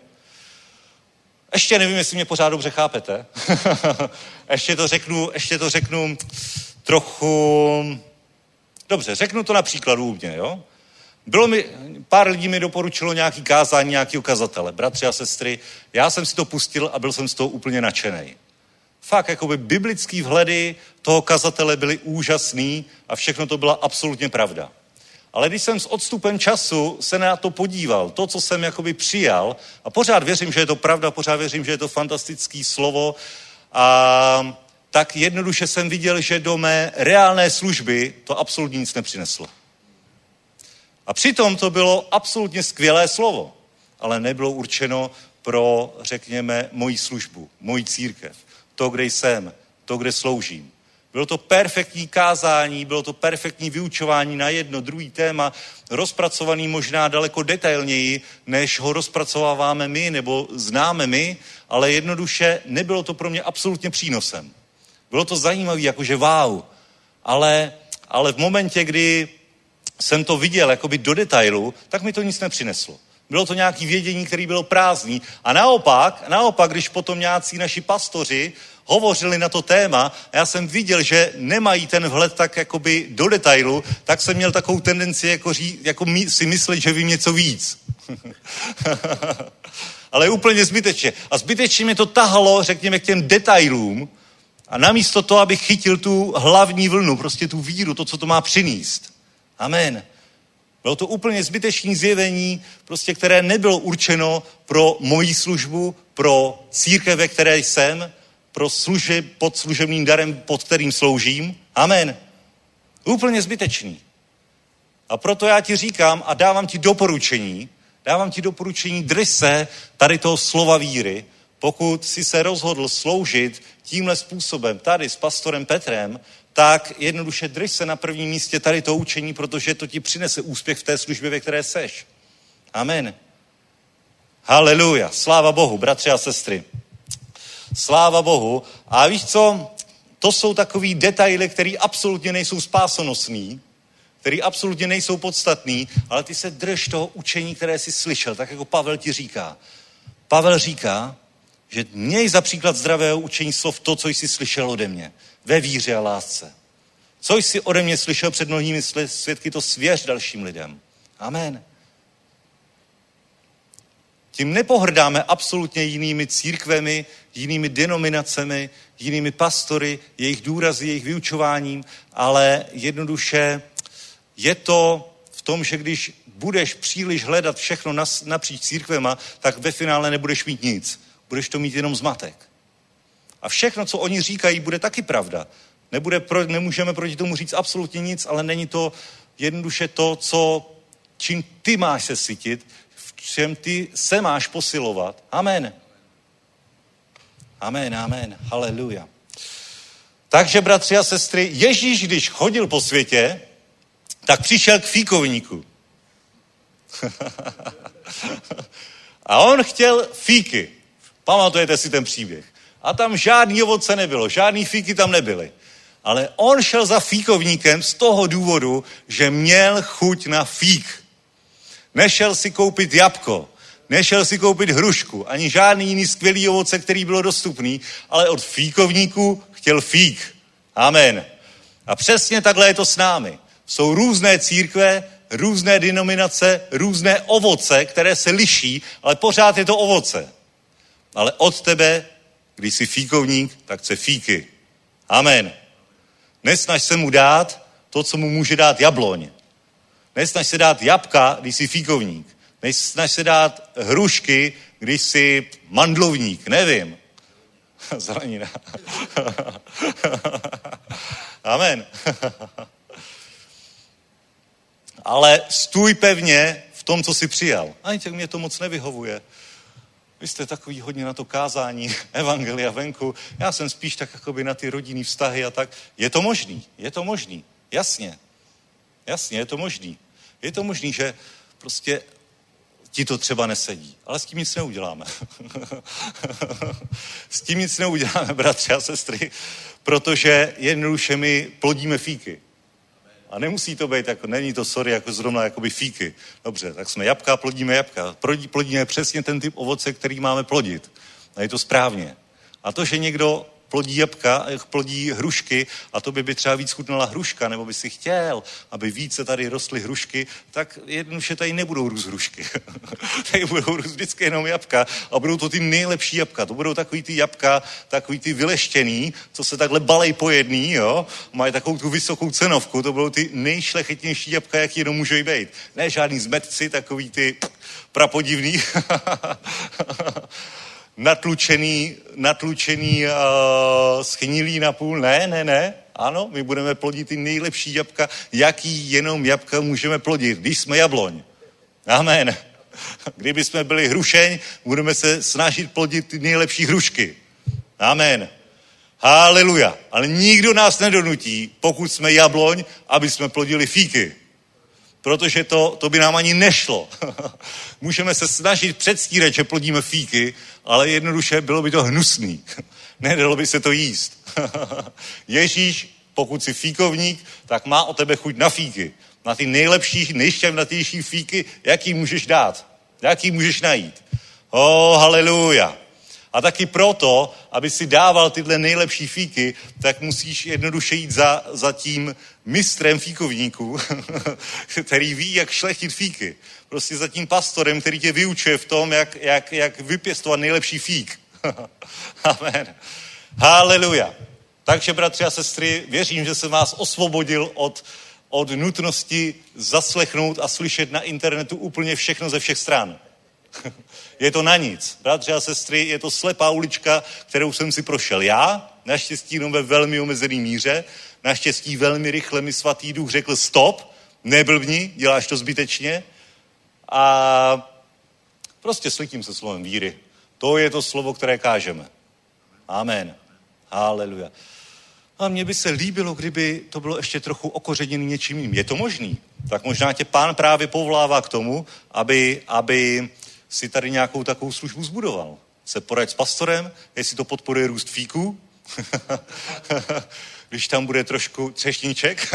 Ještě nevím, jestli mě pořád dobře chápete. ještě to řeknu, ještě to řeknu trochu... Dobře, řeknu to na příkladu u mě, jo? Bylo mi, pár lidí mi doporučilo nějaký kázání, nějaký ukazatele. Bratři a sestry, já jsem si to pustil a byl jsem z toho úplně nadšenej. Fakt, jakoby biblický vhledy toho kazatele byly úžasný a všechno to byla absolutně pravda. Ale když jsem s odstupem času se na to podíval, to, co jsem jakoby přijal, a pořád věřím, že je to pravda, pořád věřím, že je to fantastické slovo, a tak jednoduše jsem viděl, že do mé reálné služby to absolutně nic nepřineslo. A přitom to bylo absolutně skvělé slovo, ale nebylo určeno pro, řekněme, moji službu, moji církev, to, kde jsem, to, kde sloužím. Bylo to perfektní kázání, bylo to perfektní vyučování na jedno, druhý téma, rozpracovaný možná daleko detailněji, než ho rozpracováváme my nebo známe my, ale jednoduše nebylo to pro mě absolutně přínosem. Bylo to zajímavé, jakože wow, ale, ale v momentě, kdy jsem to viděl jakoby do detailu, tak mi to nic nepřineslo. Bylo to nějaké vědění, které bylo prázdný. A naopak, naopak, když potom nějací naši pastoři hovořili na to téma, a já jsem viděl, že nemají ten vhled tak jakoby do detailu, tak jsem měl takovou tendenci jako, ří, jako si myslet, že vím něco víc. Ale úplně zbytečně. A zbytečně mě to tahalo, řekněme, k těm detailům a namísto toho, abych chytil tu hlavní vlnu, prostě tu víru, to, co to má přinést. Amen. Bylo to úplně zbytečné zjevení, prostě, které nebylo určeno pro moji službu, pro církev, ve které jsem, pro služeb pod služebným darem, pod kterým sloužím. Amen. Úplně zbytečný. A proto já ti říkám a dávám ti doporučení, dávám ti doporučení, drž se tady toho slova víry, pokud jsi se rozhodl sloužit tímhle způsobem tady s pastorem Petrem, tak jednoduše drž se na prvním místě tady to učení, protože to ti přinese úspěch v té službě, ve které seš. Amen. Haleluja. Sláva Bohu, bratři a sestry. Sláva Bohu. A víš co? To jsou takový detaily, které absolutně nejsou spásonosný, které absolutně nejsou podstatný, ale ty se drž toho učení, které jsi slyšel, tak jako Pavel ti říká. Pavel říká, že měj za příklad zdravého učení slov to, co jsi slyšel ode mě. Ve víře a lásce. Co jsi ode mě slyšel před mnohými svědky, to svěř dalším lidem. Amen. Tím nepohrdáme absolutně jinými církvemi, jinými denominacemi, jinými pastory, jejich důrazy, jejich vyučováním, ale jednoduše je to v tom, že když budeš příliš hledat všechno napříč církvema, tak ve finále nebudeš mít nic. Budeš to mít jenom zmatek. A všechno, co oni říkají, bude taky pravda. Nebude pro, nemůžeme proti tomu říct absolutně nic, ale není to jednoduše to, co, čím ty máš se sytit, v čem ty se máš posilovat. Amen. Amen, amen. Haleluja. Takže, bratři a sestry, Ježíš, když chodil po světě, tak přišel k fíkovníku. A on chtěl fíky. Pamatujete si ten příběh. A tam žádný ovoce nebylo, žádný fíky tam nebyly. Ale on šel za fíkovníkem z toho důvodu, že měl chuť na fík. Nešel si koupit jabko, nešel si koupit hrušku, ani žádný jiný skvělý ovoce, který bylo dostupný, ale od fíkovníku chtěl fík. Amen. A přesně takhle je to s námi. Jsou různé církve, různé denominace, různé ovoce, které se liší, ale pořád je to ovoce. Ale od tebe, když jsi fíkovník, tak chce fíky. Amen. Nesnaž se mu dát to, co mu může dát jabloň. Nesnaž se dát jabka, když jsi fíkovník. Nesnaž se dát hrušky, když jsi mandlovník. Nevím. Zelenina. Amen. Ale stůj pevně v tom, co jsi přijal. Ani tak mě to moc nevyhovuje. Vy jste takový hodně na to kázání, evangelia venku. Já jsem spíš tak jakoby na ty rodinný vztahy a tak. Je to možný, je to možný. Jasně. Jasně, je to možný. Je to možný, že prostě ti to třeba nesedí. Ale s tím nic neuděláme. S tím nic neuděláme, bratři a sestry, protože jednoduše my plodíme fíky. A nemusí to být, jako, není to, sorry, jako zrovna jakoby fíky. Dobře, tak jsme jabka, plodíme jabka. Plodíme přesně ten typ ovoce, který máme plodit. A je to správně. A to, že někdo plodí jabka, plodí hrušky a to by by třeba víc chutnala hruška, nebo by si chtěl, aby více tady rostly hrušky, tak jednoduše tady nebudou růst hrušky. Tady budou růst vždycky jenom jabka a budou to ty nejlepší jabka. To budou takový ty jabka, takový ty vyleštěný, co se takhle balej po jedný, jo, mají takovou tu vysokou cenovku, to budou ty nejšlechetnější jabka, jaký jenom můžou být. Ne žádný zmetci, takový ty prapodivný. natlučený, natlučený uh, schnilý na půl. Ne, ne, ne. Ano, my budeme plodit ty nejlepší jabka, jaký jenom jabka můžeme plodit, když jsme jabloň. Amen. Kdyby jsme byli hrušeň, budeme se snažit plodit ty nejlepší hrušky. Amen. Haleluja. Ale nikdo nás nedonutí, pokud jsme jabloň, aby jsme plodili fíky. Protože to, to by nám ani nešlo. Můžeme se snažit předstírat, že plodíme fíky, ale jednoduše bylo by to hnusný. Nedalo by se to jíst. Ježíš, pokud jsi fíkovník, tak má o tebe chuť na fíky. Na ty nejlepší, nejšťavnatější fíky, jaký můžeš dát, jaký můžeš najít. Oh, haleluja. A taky proto, aby si dával tyhle nejlepší fíky, tak musíš jednoduše jít za, za tím mistrem fíkovníků, který ví, jak šlechtit fíky. Prostě za tím pastorem, který tě vyučuje v tom, jak, jak, jak vypěstovat nejlepší fík. Amen. Haleluja. Takže, bratři a sestry, věřím, že jsem vás osvobodil od, od nutnosti zaslechnout a slyšet na internetu úplně všechno ze všech stran. Je to na nic. Bratři a sestry, je to slepá ulička, kterou jsem si prošel já, naštěstí jenom ve velmi omezený míře, naštěstí velmi rychle mi svatý duch řekl stop, neblbni, děláš to zbytečně a prostě slítím se slovem víry. To je to slovo, které kážeme. Amen. Haleluja. A mně by se líbilo, kdyby to bylo ještě trochu okořeněné něčím jiným. Je to možný? Tak možná tě Pán právě povolává k tomu, aby, aby si tady nějakou takovou službu zbudoval. Se poraď s pastorem, jestli to podporuje růst fíků, když tam bude trošku třešníček.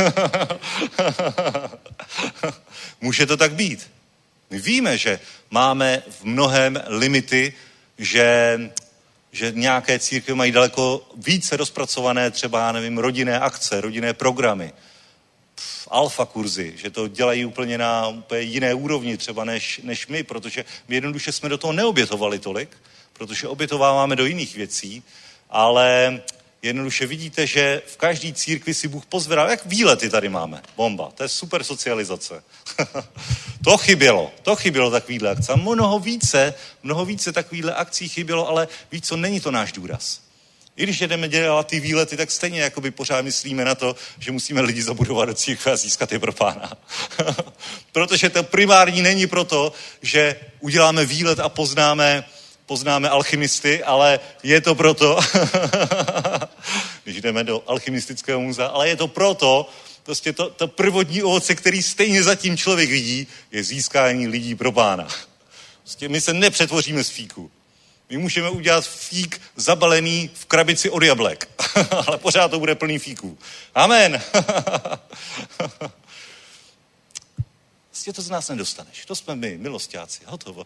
Může to tak být. My víme, že máme v mnohem limity, že, že nějaké církve mají daleko více rozpracované třeba, já nevím, rodinné akce, rodinné programy, pff, alfa kurzy, že to dělají úplně na úplně jiné úrovni třeba než, než my, protože my jednoduše jsme do toho neobětovali tolik, protože obětováváme do jiných věcí, ale jednoduše vidíte, že v každé církvi si Bůh pozvedal, jak výlety tady máme, bomba, to je super socializace. To chybělo, to chybělo takovýhle akce. A mnoho více, mnoho více takovýhle akcí chybělo, ale víš co, není to náš důraz. I když jdeme dělat ty výlety, tak stejně jakoby pořád myslíme na to, že musíme lidi zabudovat do církve a získat je pro Pána. Protože to primární není proto, že uděláme výlet a poznáme poznáme alchymisty, ale je to proto, když jdeme do alchymistického muzea, ale je to proto, prostě to, to prvotní ovoce, který stejně zatím člověk vidí, je získání lidí pro Pána. Prostě my se nepřetvoříme z fíku. My můžeme udělat fík zabalený v krabici od jablek, ale pořád to bude plný fíků. Amen. Prostě to z nás nedostaneš. To jsme my, milosťáci. Hotovo.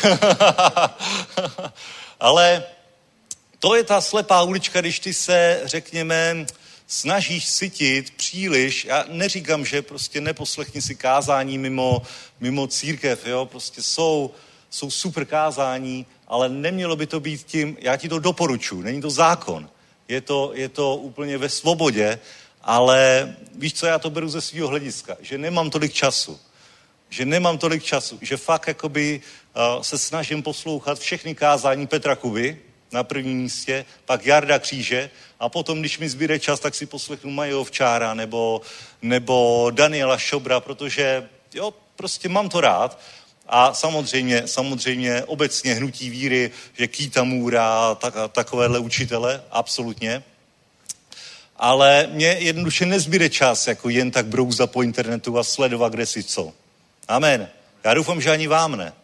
Ale to je ta slepá ulička, když ty se, řekněme, snažíš sytit příliš. Já neříkám, že prostě neposlechni si kázání mimo, mimo církev, jo. Prostě jsou, jsou super kázání, ale nemělo by to být tím, já ti to doporučuji, není to zákon. Je to, je to úplně ve svobodě, ale víš co, já to beru ze svého hlediska, že nemám tolik času. Že nemám tolik času, že fakt jakoby uh, se snažím poslouchat všechny kázání Petra Kuby na prvním místě, pak Jarda Kříže a potom, když mi zbyde čas, tak si poslechnu Majo Ovčára nebo, nebo Daniela Šobra, protože jo, prostě mám to rád. A samozřejmě, samozřejmě obecně hnutí víry, že Kýtamura, tak, takovéhle učitele, absolutně. Ale mně jednoduše nezbyde čas, jako jen tak brouzdat po internetu a sledovat, kde si co. Amen. Já doufám, že ani vám ne.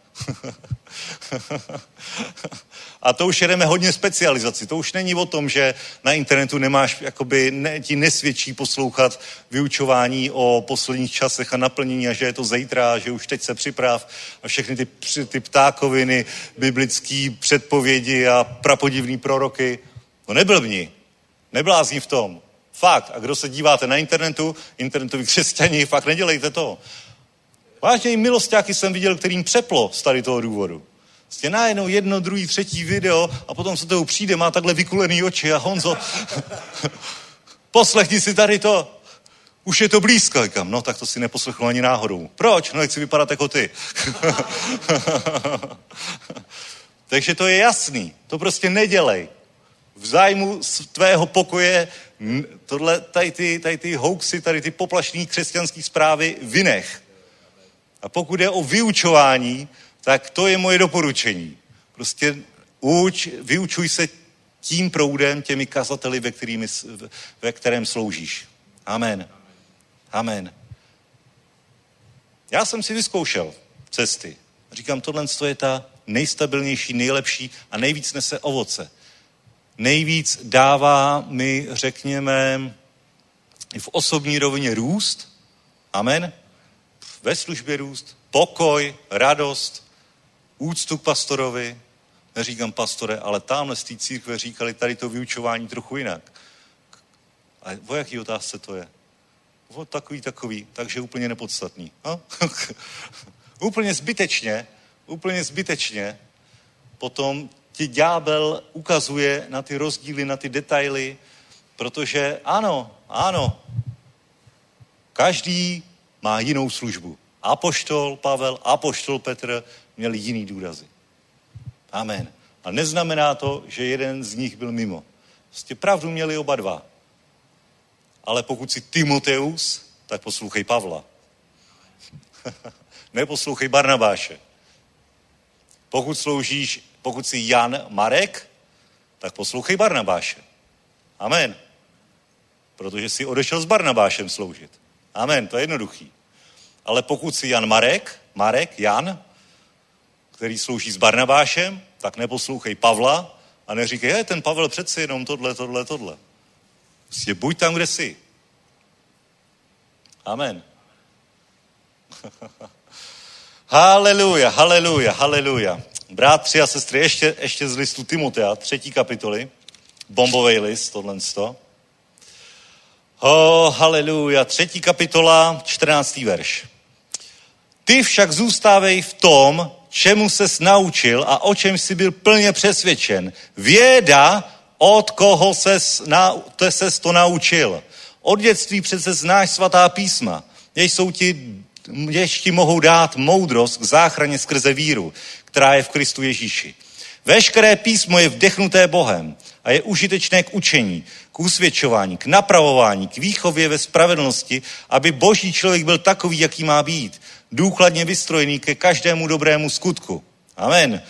A to už jedeme hodně specializaci. To už není o tom, že na internetu nemáš, jakoby ne, ti nesvědčí poslouchat vyučování o posledních časech a naplnění a že je to zítra, že už teď se připrav a všechny ty, ty ptákoviny, biblický předpovědi a prapodivný proroky. No neblbni. Neblázni v tom. Fakt. A kdo se díváte na internetu, internetoví křesťani, fakt nedělejte to. Vážně i milosťáky jsem viděl, kterým přeplo z tady toho důvodu. Prostě najednou jedno, druhý, třetí video a potom se toho přijde, má takhle vykulený oči a Honzo, poslechni si tady to. Už je to blízko. Říkám, no tak to si neposlechnu ani náhodou. Proč? No jak si vypadat jako ty. Takže to je jasný. To prostě nedělej. V zájmu tvého pokoje tohle, tady ty, tady ty hoaxy, tady ty poplašný křesťanský zprávy vynech. A pokud je o vyučování, tak to je moje doporučení. Prostě uč, vyučuj se tím proudem, těmi kazateli, ve, kterými, ve kterém sloužíš. Amen. Amen. Já jsem si vyzkoušel cesty. Říkám, tohle je ta nejstabilnější, nejlepší a nejvíc nese ovoce. Nejvíc dává mi, řekněme, v osobní rovině růst. Amen. ve službě růst, pokoj, radost, úctu k pastorovi. Neříkám pastore, ale tamhle z té církve říkali tady to vyučování trochu jinak. A o jaký otázce to je? O takový, takový, takže úplně nepodstatný. No? Úplně zbytečně, úplně zbytečně potom ti ďábel ukazuje na ty rozdíly, na ty detaily, protože ano, ano, každý má jinou službu. Apoštol Pavel, apoštol Petr měli jiný důrazy. Amen. A neznamená to, že jeden z nich byl mimo. Prostě pravdu měli oba dva. Ale pokud jsi Timoteus, tak poslouchej Pavla. Neposlouchej Barnabáše. Pokud sloužíš, pokud jsi Jan Marek, tak poslouchej Barnabáše. Amen. Protože jsi odešel s Barnabášem sloužit. Amen, to je jednoduchý. Ale pokud jsi Jan Marek, Marek, Jan, který slouží s Barnabášem, tak neposlouchej Pavla a neříkej, je, ten Pavel přece jenom tohle, tohle, tohle. Prostě buď tam, kde jsi. Amen. Haleluja, haleluja, haleluja. Bratři a sestry, ještě, ještě z listu Timotea, třetí kapitoly, bombový list, tohle sto. Oh, haleluja, třetí kapitola, čtrnáctý verš. Ty však zůstávej v tom, čemu ses naučil a o čem jsi byl plně přesvědčen. Věda, od koho ses, na, te ses to naučil. Od dětství přece znáš svatá písma, jež jsou ti, jež ti mohou dát moudrost k záchraně skrze víru, která je v Kristu Ježíši. Veškeré písmo je vdechnuté Bohem a je užitečné k učení, k usvědčování, k napravování, k výchově ve spravedlnosti, aby boží člověk byl takový, jaký má být, důkladně vystrojený ke každému dobrému skutku. Amen.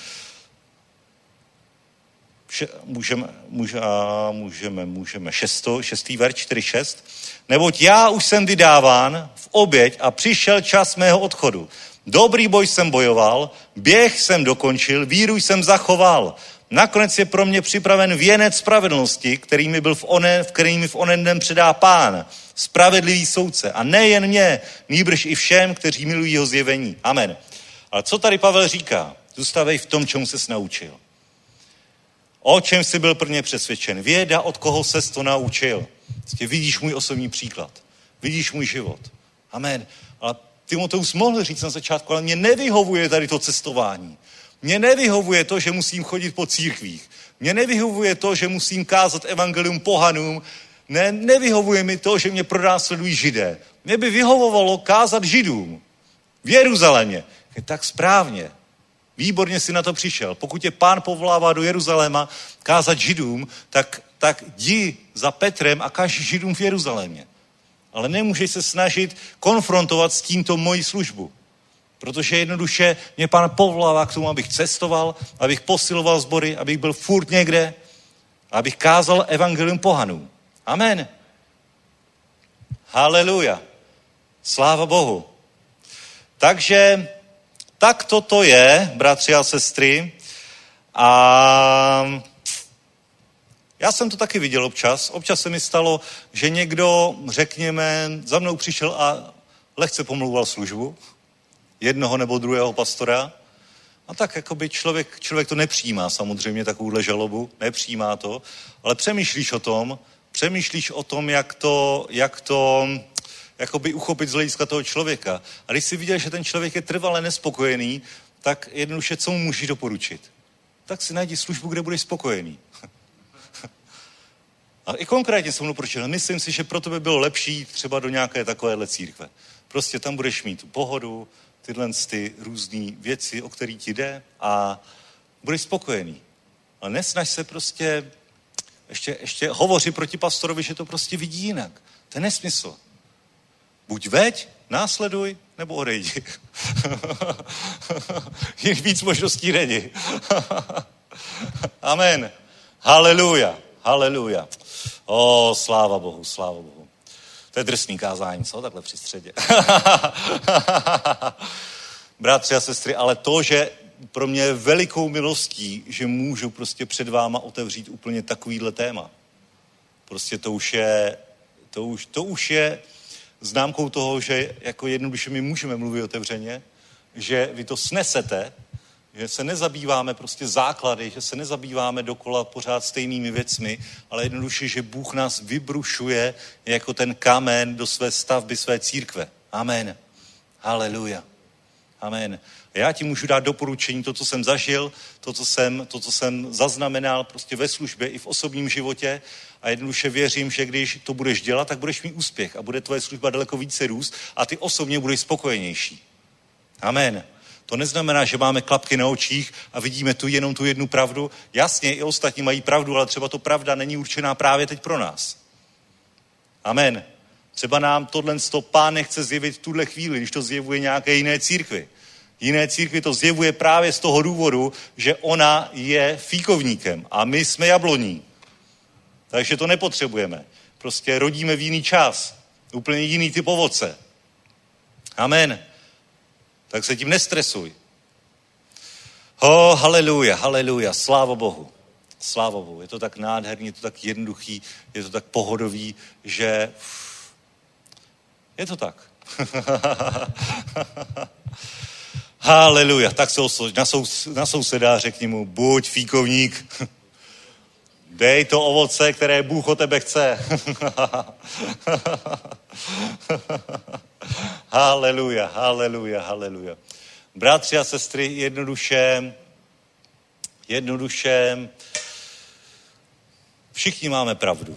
Můžeme, můžeme, můžeme, můžeme. Šesto, šestý verš, čtyři šest. Neboť já už jsem vydáván v oběť a přišel čas mého odchodu. Dobrý boj jsem bojoval, běh jsem dokončil, víru jsem zachoval. Nakonec je pro mě připraven věnec spravedlnosti, který mi byl v onen, v který mi v onen den předá Pán, spravedlivý soudce. A nejen mě, nýbrž i všem, kteří milují jeho zjevení. Amen. Ale co tady Pavel říká? Zůstavej v tom, čemu ses naučil. O čem jsi byl prvně přesvědčen? Věda, od koho ses to naučil. Vlastně vidíš můj osobní příklad. Vidíš můj život. Amen. Ale Timoteus mohl říct na začátku, ale mě nevyhovuje tady to cestování. Mně nevyhovuje to, že musím chodit po církvích. Mně nevyhovuje to, že musím kázat evangelium pohanům. Ne, nevyhovuje mi to, že mě pronásledují Židé. Mně by vyhovovalo kázat Židům v Jeruzalémě. Je tak správně. Výborně si na to přišel. Pokud tě Pán povolává do Jeruzaléma kázat Židům, tak, tak jdi za Petrem a kaž Židům v Jeruzalémě. Ale nemůžeš se snažit konfrontovat s tímto moji službu. Protože jednoduše mě Pán povolává k tomu, abych cestoval, abych posiloval sbory, abych byl furt někde, abych kázal evangelium pohanům. Amen. Haleluja. Sláva Bohu. Takže tak toto je, bratři a sestry. A já jsem to taky viděl občas. Občas se mi stalo, že někdo, řekněme, za mnou přišel a lehce pomlouval službu. Jednoho nebo druhého pastora. A tak jakoby člověk, člověk to nepřijímá samozřejmě, takovouhle žalobu. Nepřijímá to. Ale přemýšlíš o tom, přemýšlíš o tom, jak to, jak to jakoby uchopit z hlediska toho člověka. A když si viděl, že ten člověk je trvale nespokojený, tak jednoduše, co mu můžeš doporučit? Tak si najdi službu, kde budeš spokojený. A i konkrétně jsem mu doporučil, myslím si, že pro tebe bylo lepší třeba do nějaké takovéhle církve. Prostě tam budeš mít tu pohodu, tyhle ty různé věci, o který ti jde a budeš spokojený. A nesnaž se prostě ještě, ještě hovoří proti pastorovi, že to prostě vidí jinak. To je nesmysl. Buď veď, následuj, nebo odejdi. Jen víc možností není. Amen. Haleluja, haleluja. O, sláva Bohu, sláva Bohu. To je drsný kázání, co? Takhle při středě. Bratři a sestry, ale to, že pro mě je velikou milostí, že můžu prostě před váma otevřít úplně takovýhle téma. Prostě to už je, to už, to už je známkou toho, že jako jednoduše my můžeme mluvit otevřeně, že vy to snesete, že se nezabýváme prostě základy, že se nezabýváme dokola pořád stejnými věcmi, ale jednoduše, že Bůh nás vybrušuje jako ten kamen do své stavby, své církve. Amen. Haleluja. Amen. A já ti můžu dát doporučení, to, co jsem zažil, to, co jsem, to, co jsem zaznamenal prostě ve službě i v osobním životě a jednoduše věřím, že když to budeš dělat, tak budeš mít úspěch a bude tvoje služba daleko více růst a ty osobně budeš spokojenější. Amen. To neznamená, že máme klapky na očích a vidíme tu jenom tu jednu pravdu. Jasně, i ostatní mají pravdu, ale třeba to pravda není určená právě teď pro nás. Amen. Třeba nám tohle Pán nechce zjevit v tuhle chvíli, když to zjevuje nějaké jiné církvi. Jiné církvi to zjevuje právě z toho důvodu, že ona je fíkovníkem a my jsme jabloní. Takže to nepotřebujeme. Prostě rodíme v jiný čas. Úplně jiný typ ovoce. Amen. Tak se tím nestresuj. Oh, haleluja, haleluja, sláva Bohu. Sláva Bohu. Je to tak nádherný, je to tak jednoduchý, je to tak pohodový, že je to tak. Haleluja. Tak se oslož na, sous, na souseda, řekni mu, buď fíkovník, dej to ovoce, které Bůh o tebe chce. Haleluja, haleluja, haleluja. Bratři a sestry, jednoduše, jednoduše, všichni máme pravdu.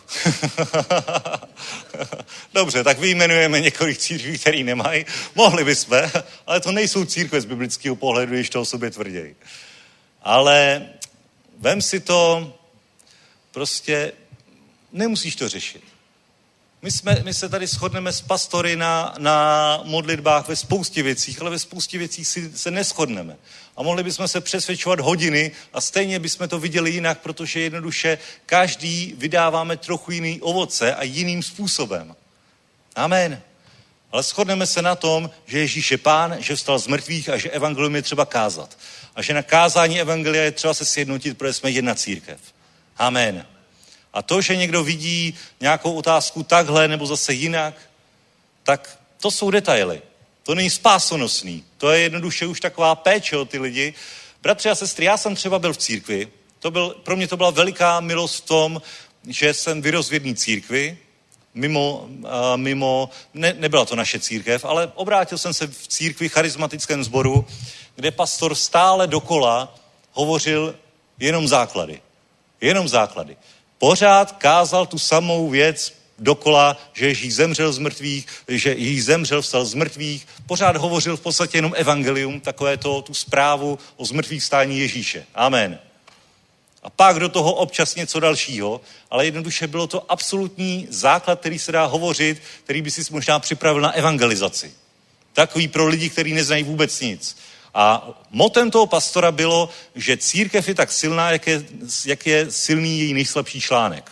Dobře, tak vyjmenujeme několik církví, které nemají. Mohli bychom, ale to nejsou církve z biblického pohledu, když to o sobě tvrději. Ale vem si to, prostě nemusíš to řešit. My, jsme, my se tady shodneme s pastory na, na modlitbách ve spoustě věcích, ale ve spoustě věcí si, se neshodneme. A mohli bychom se přesvědčovat hodiny a stejně bychom to viděli jinak, protože jednoduše každý vydáváme trochu jiný ovoce a jiným způsobem. Amen. Ale shodneme se na tom, že Ježíš je Pán, že vstal z mrtvých a že evangelium je třeba kázat. A že na kázání evangelia je třeba se sjednotit, protože jsme jedna církev. Amen. A to, že někdo vidí nějakou otázku takhle nebo zase jinak, tak to jsou detaily. To není spásonosný. To je jednoduše už taková péče o ty lidi. Bratři a sestry, já jsem třeba byl v církvi. To byl, pro mě to byla veliká milost v tom, že jsem vyrost v jedné církvi. Mimo, uh, mimo ne, nebyla to naše církev, ale obrátil jsem se v církvi, charismatickém sboru, kde pastor stále dokola hovořil jenom základy. Jenom základy. Pořád kázal tu samou věc dokola, že Ježíš zemřel z mrtvých, že Ježíš zemřel, vstal z mrtvých. Pořád hovořil v podstatě jenom evangelium, takové to, tu zprávu o zmrtvých vstání Ježíše. Amen. A pak do toho občas něco dalšího, ale jednoduše bylo to absolutní základ, který se dá hovořit, který by si možná připravil na evangelizaci. Takový pro lidi, kteří neznají vůbec nic. A motem toho pastora bylo, že církev je tak silná, jak je, jak je silný její nejslabší článek.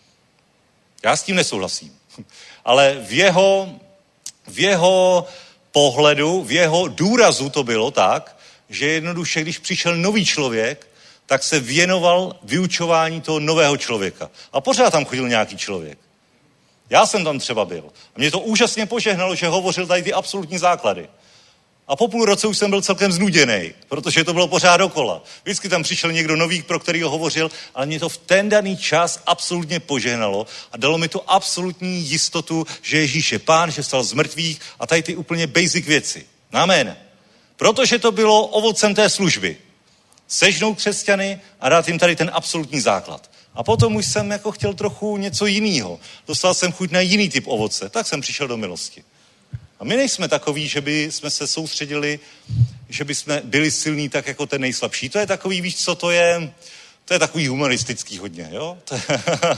Já s tím nesouhlasím. Ale v jeho, v jeho pohledu, v jeho důrazu to bylo tak, že jednoduše, když přišel nový člověk, tak se věnoval vyučování toho nového člověka. A pořád tam chodil nějaký člověk. Já jsem tam třeba byl. A mě to úžasně požehnalo, že hovořil tady ty absolutní základy. A po půl roce už jsem byl celkem znuděnej, protože to bylo pořád dokola. Vždycky tam přišel někdo nový, pro kterýho hovořil, ale mě to v ten daný čas absolutně požehnalo a dalo mi to absolutní jistotu, že Ježíš je Pán, že vstal z mrtvých a tady ty úplně basic věci. Amen. Protože to bylo ovocem té služby. Sežnout křesťany a dát jim tady ten absolutní základ. A potom už jsem jako chtěl trochu něco jiného. Dostal jsem chuť na jiný typ ovoce, tak jsem přišel do milosti. A my nejsme takoví, že by jsme se soustředili, že by jsme byli silní tak jako ten nejslabší. To je takový, víš co, to je, to je takový humoristický hodně, jo? To je,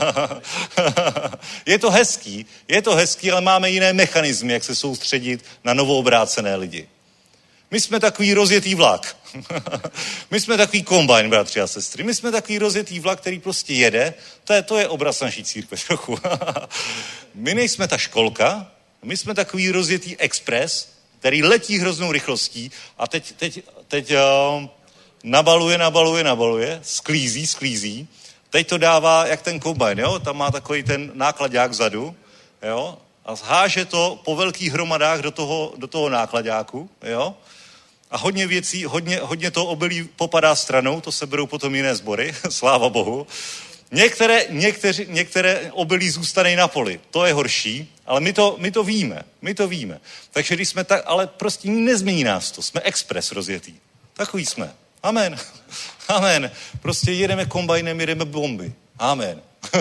je to hezký, je to hezký, ale máme jiné mechanismy, jak se soustředit na novoobrácené lidi. My jsme takový rozjetý vlak. My jsme takový kombajn, bratři a sestry. My jsme takový rozjetý vlak, který prostě jede. To je, to je obraz naší církve trochu. My nejsme ta školka, my jsme takový rozjetý expres, který letí hroznou rychlostí a teď, teď, teď uh, nabaluje, nabaluje, nabaluje, sklízí, sklízí. Teď to dává jak ten kombajn, jo? Tam má takový ten nákladák vzadu, jo? a háže to po velkých hromadách do toho, do toho nákladáku, jo? A hodně věcí, hodně, hodně to obilí popadá stranou, to se berou potom jiné sbory, sláva Bohu. Některé, někteři, některé obilí zůstanou na poli, to je horší, ale my to, my to víme, my to víme. Takže když jsme tak, ale prostě nezmění nás to, jsme expres rozjetý. Takový jsme. Amen. Amen. Prostě jedeme kombajnem, jedeme bomby. Amen.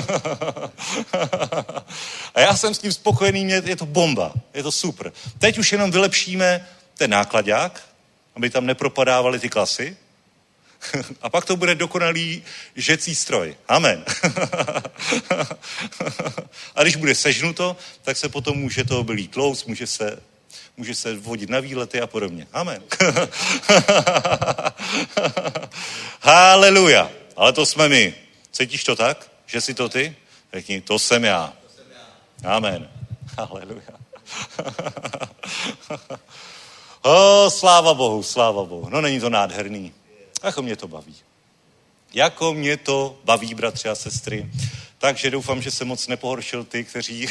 A já jsem s tím spokojený, mě je to bomba, je to super. Teď už jenom vylepšíme ten nákladák, aby tam nepropadávaly ty klasy. A pak to bude dokonalý žecí stroj. Amen. A když bude sežnuto, tak se potom může to obilí tlouct, může se, může se vodit na výlety a podobně. Amen. Haleluja. Ale to jsme my. Cítíš to tak? Že jsi to ty? Řekni, to jsem já. Amen. Haleluja. O, sláva Bohu, sláva Bohu. No není to nádherný. Jako mě to baví. Jako mě to baví, bratři a sestry. Takže doufám, že se moc nepohoršil ty, kteří,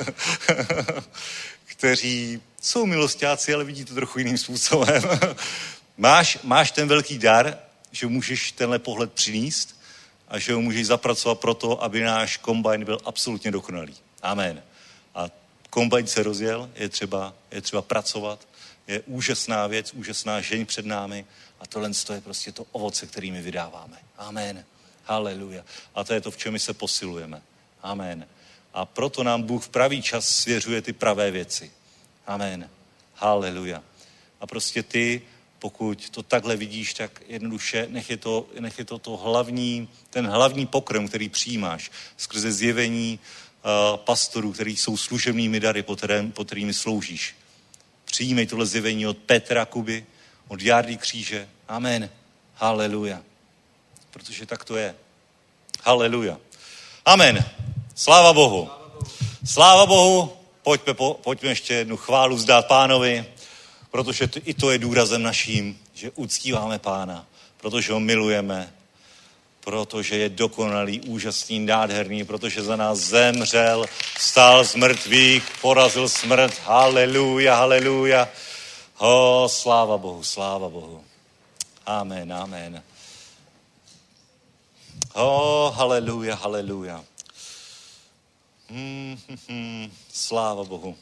kteří jsou milosťáci, ale vidí to trochu jiným způsobem. Máš, máš ten velký dar, že můžeš tenhle pohled přinést a že ho můžeš zapracovat proto, aby náš kombajn byl absolutně dokonalý. Amen. A kombajn se rozjel, je třeba, je třeba pracovat, je úžasná věc, úžasná žeň před námi a tohle je prostě to ovoce, který my vydáváme. Amen. Haleluja. A to je to, v čem my se posilujeme. Amen. A proto nám Bůh v pravý čas svěřuje ty pravé věci. Amen. Haleluja. A prostě ty, pokud to takhle vidíš, tak jednoduše nech je to, nech je to, to hlavní, ten hlavní pokrm, který přijímáš skrze zjevení uh, pastorů, který jsou služebnými dary, po, kterém, po kterými sloužíš. Přijímej tohle zjevení od Petra Kuby, od Jardy Kříže. Amen. Haleluja. Protože tak to je. Haleluja. Amen. Sláva Bohu. Sláva Bohu. Pojďme, po, pojďme ještě jednu chválu vzdát Pánovi, protože to, i to je důrazem naším, že uctíváme Pána, protože ho milujeme, protože je dokonalý, úžasný, nádherný, protože za nás zemřel, vstal z mrtvých, porazil smrt. Haleluja, haleluja. O, sláva Bohu, sláva Bohu. Amen, amen. O, haleluja, haleluja. Hmm, hmm, hmm. Sláva Bohu.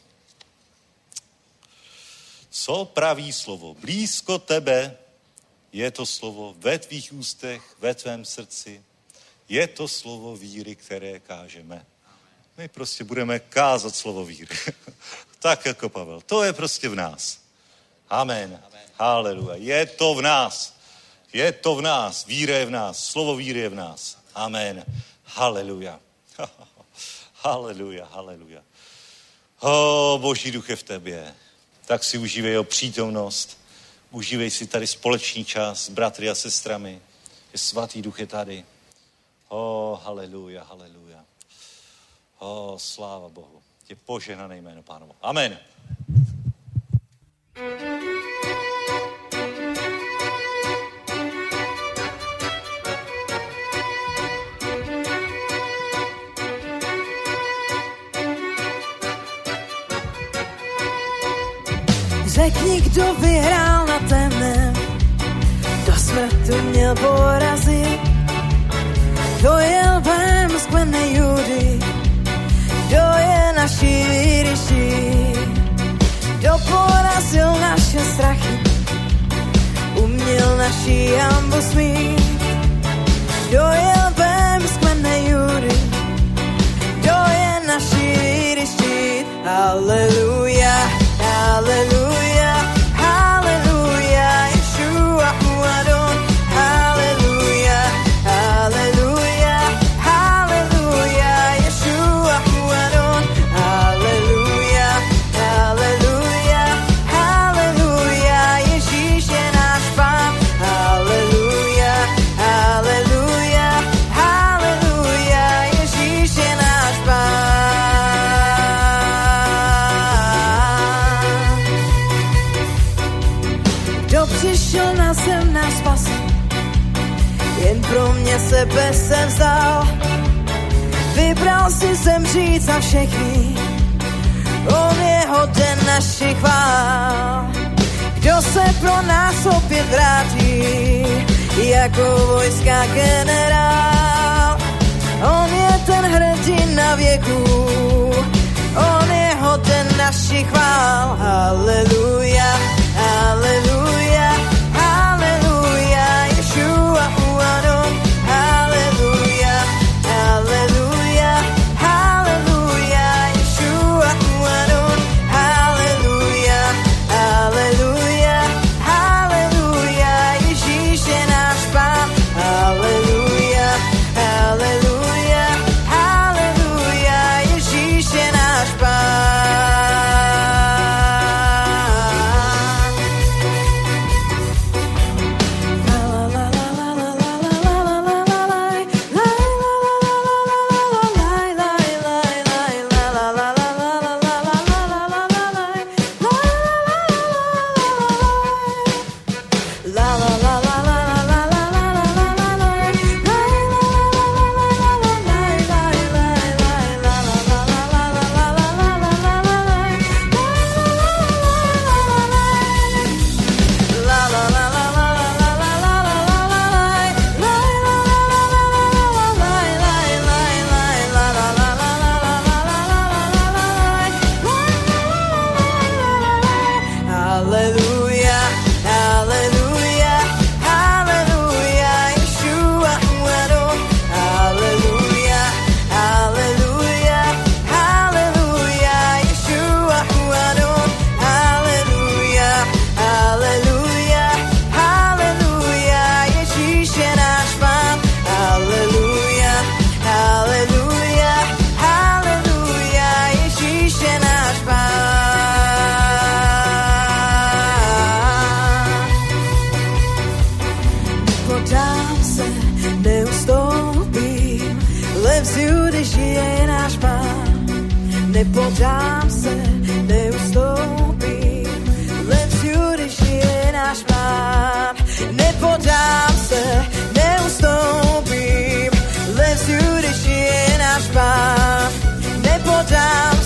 Co praví slovo? Blízko tebe je to slovo ve tvých ústech, ve tvém srdci. Je to slovo víry, které kážeme. My prostě budeme kázat slovo víry. Tak jako Pavel. To je prostě v nás. Amen. Amen. Haleluja. Je to v nás. Je to v nás. Víra je v nás. Slovo víry je v nás. Amen. Haleluja. Haleluja, haleluja. O, Boží duch je v tebě. Tak si užívej jeho přítomnost. Užívej si tady společný čas s bratry a sestrami. Že svatý duch je tady. O, haleluja, haleluja. O, sláva Bohu. Tě požehnané jméno Pánovo. Amen. Řekni, kdo vyhrál na temném, kdo smrtu měl porazit, kdo je lvem z kmene Judy, kdo je naší víry štít, kdo porazil naše strachy, uměl naší hanbu smít, kdo je lvem z kmene Judy, kdo je naší víry štít. Haleluja, haleluja. Pro mě sebe se vzal, vybral si zemřít za všechny, on je hoden našich chvál. Kdo se pro nás opět vrátí, jako vojská generál. On je ten hrdina věku, on je hoden našich chvál. Haleluja, haleluja, haleluja, Ješua uadon. Haleluja, haleluja, haleluja, Ješua uadon. Haleluja, haleluja, haleluja, Ježíš je náš Pán. Haleluja, haleluja, haleluja, Ježíš je náš Pán. Nepodám se, neustoupím, len všude žije náš Pán. Nepodám se, neustoupím, len všude žije náš Pán. Nepodám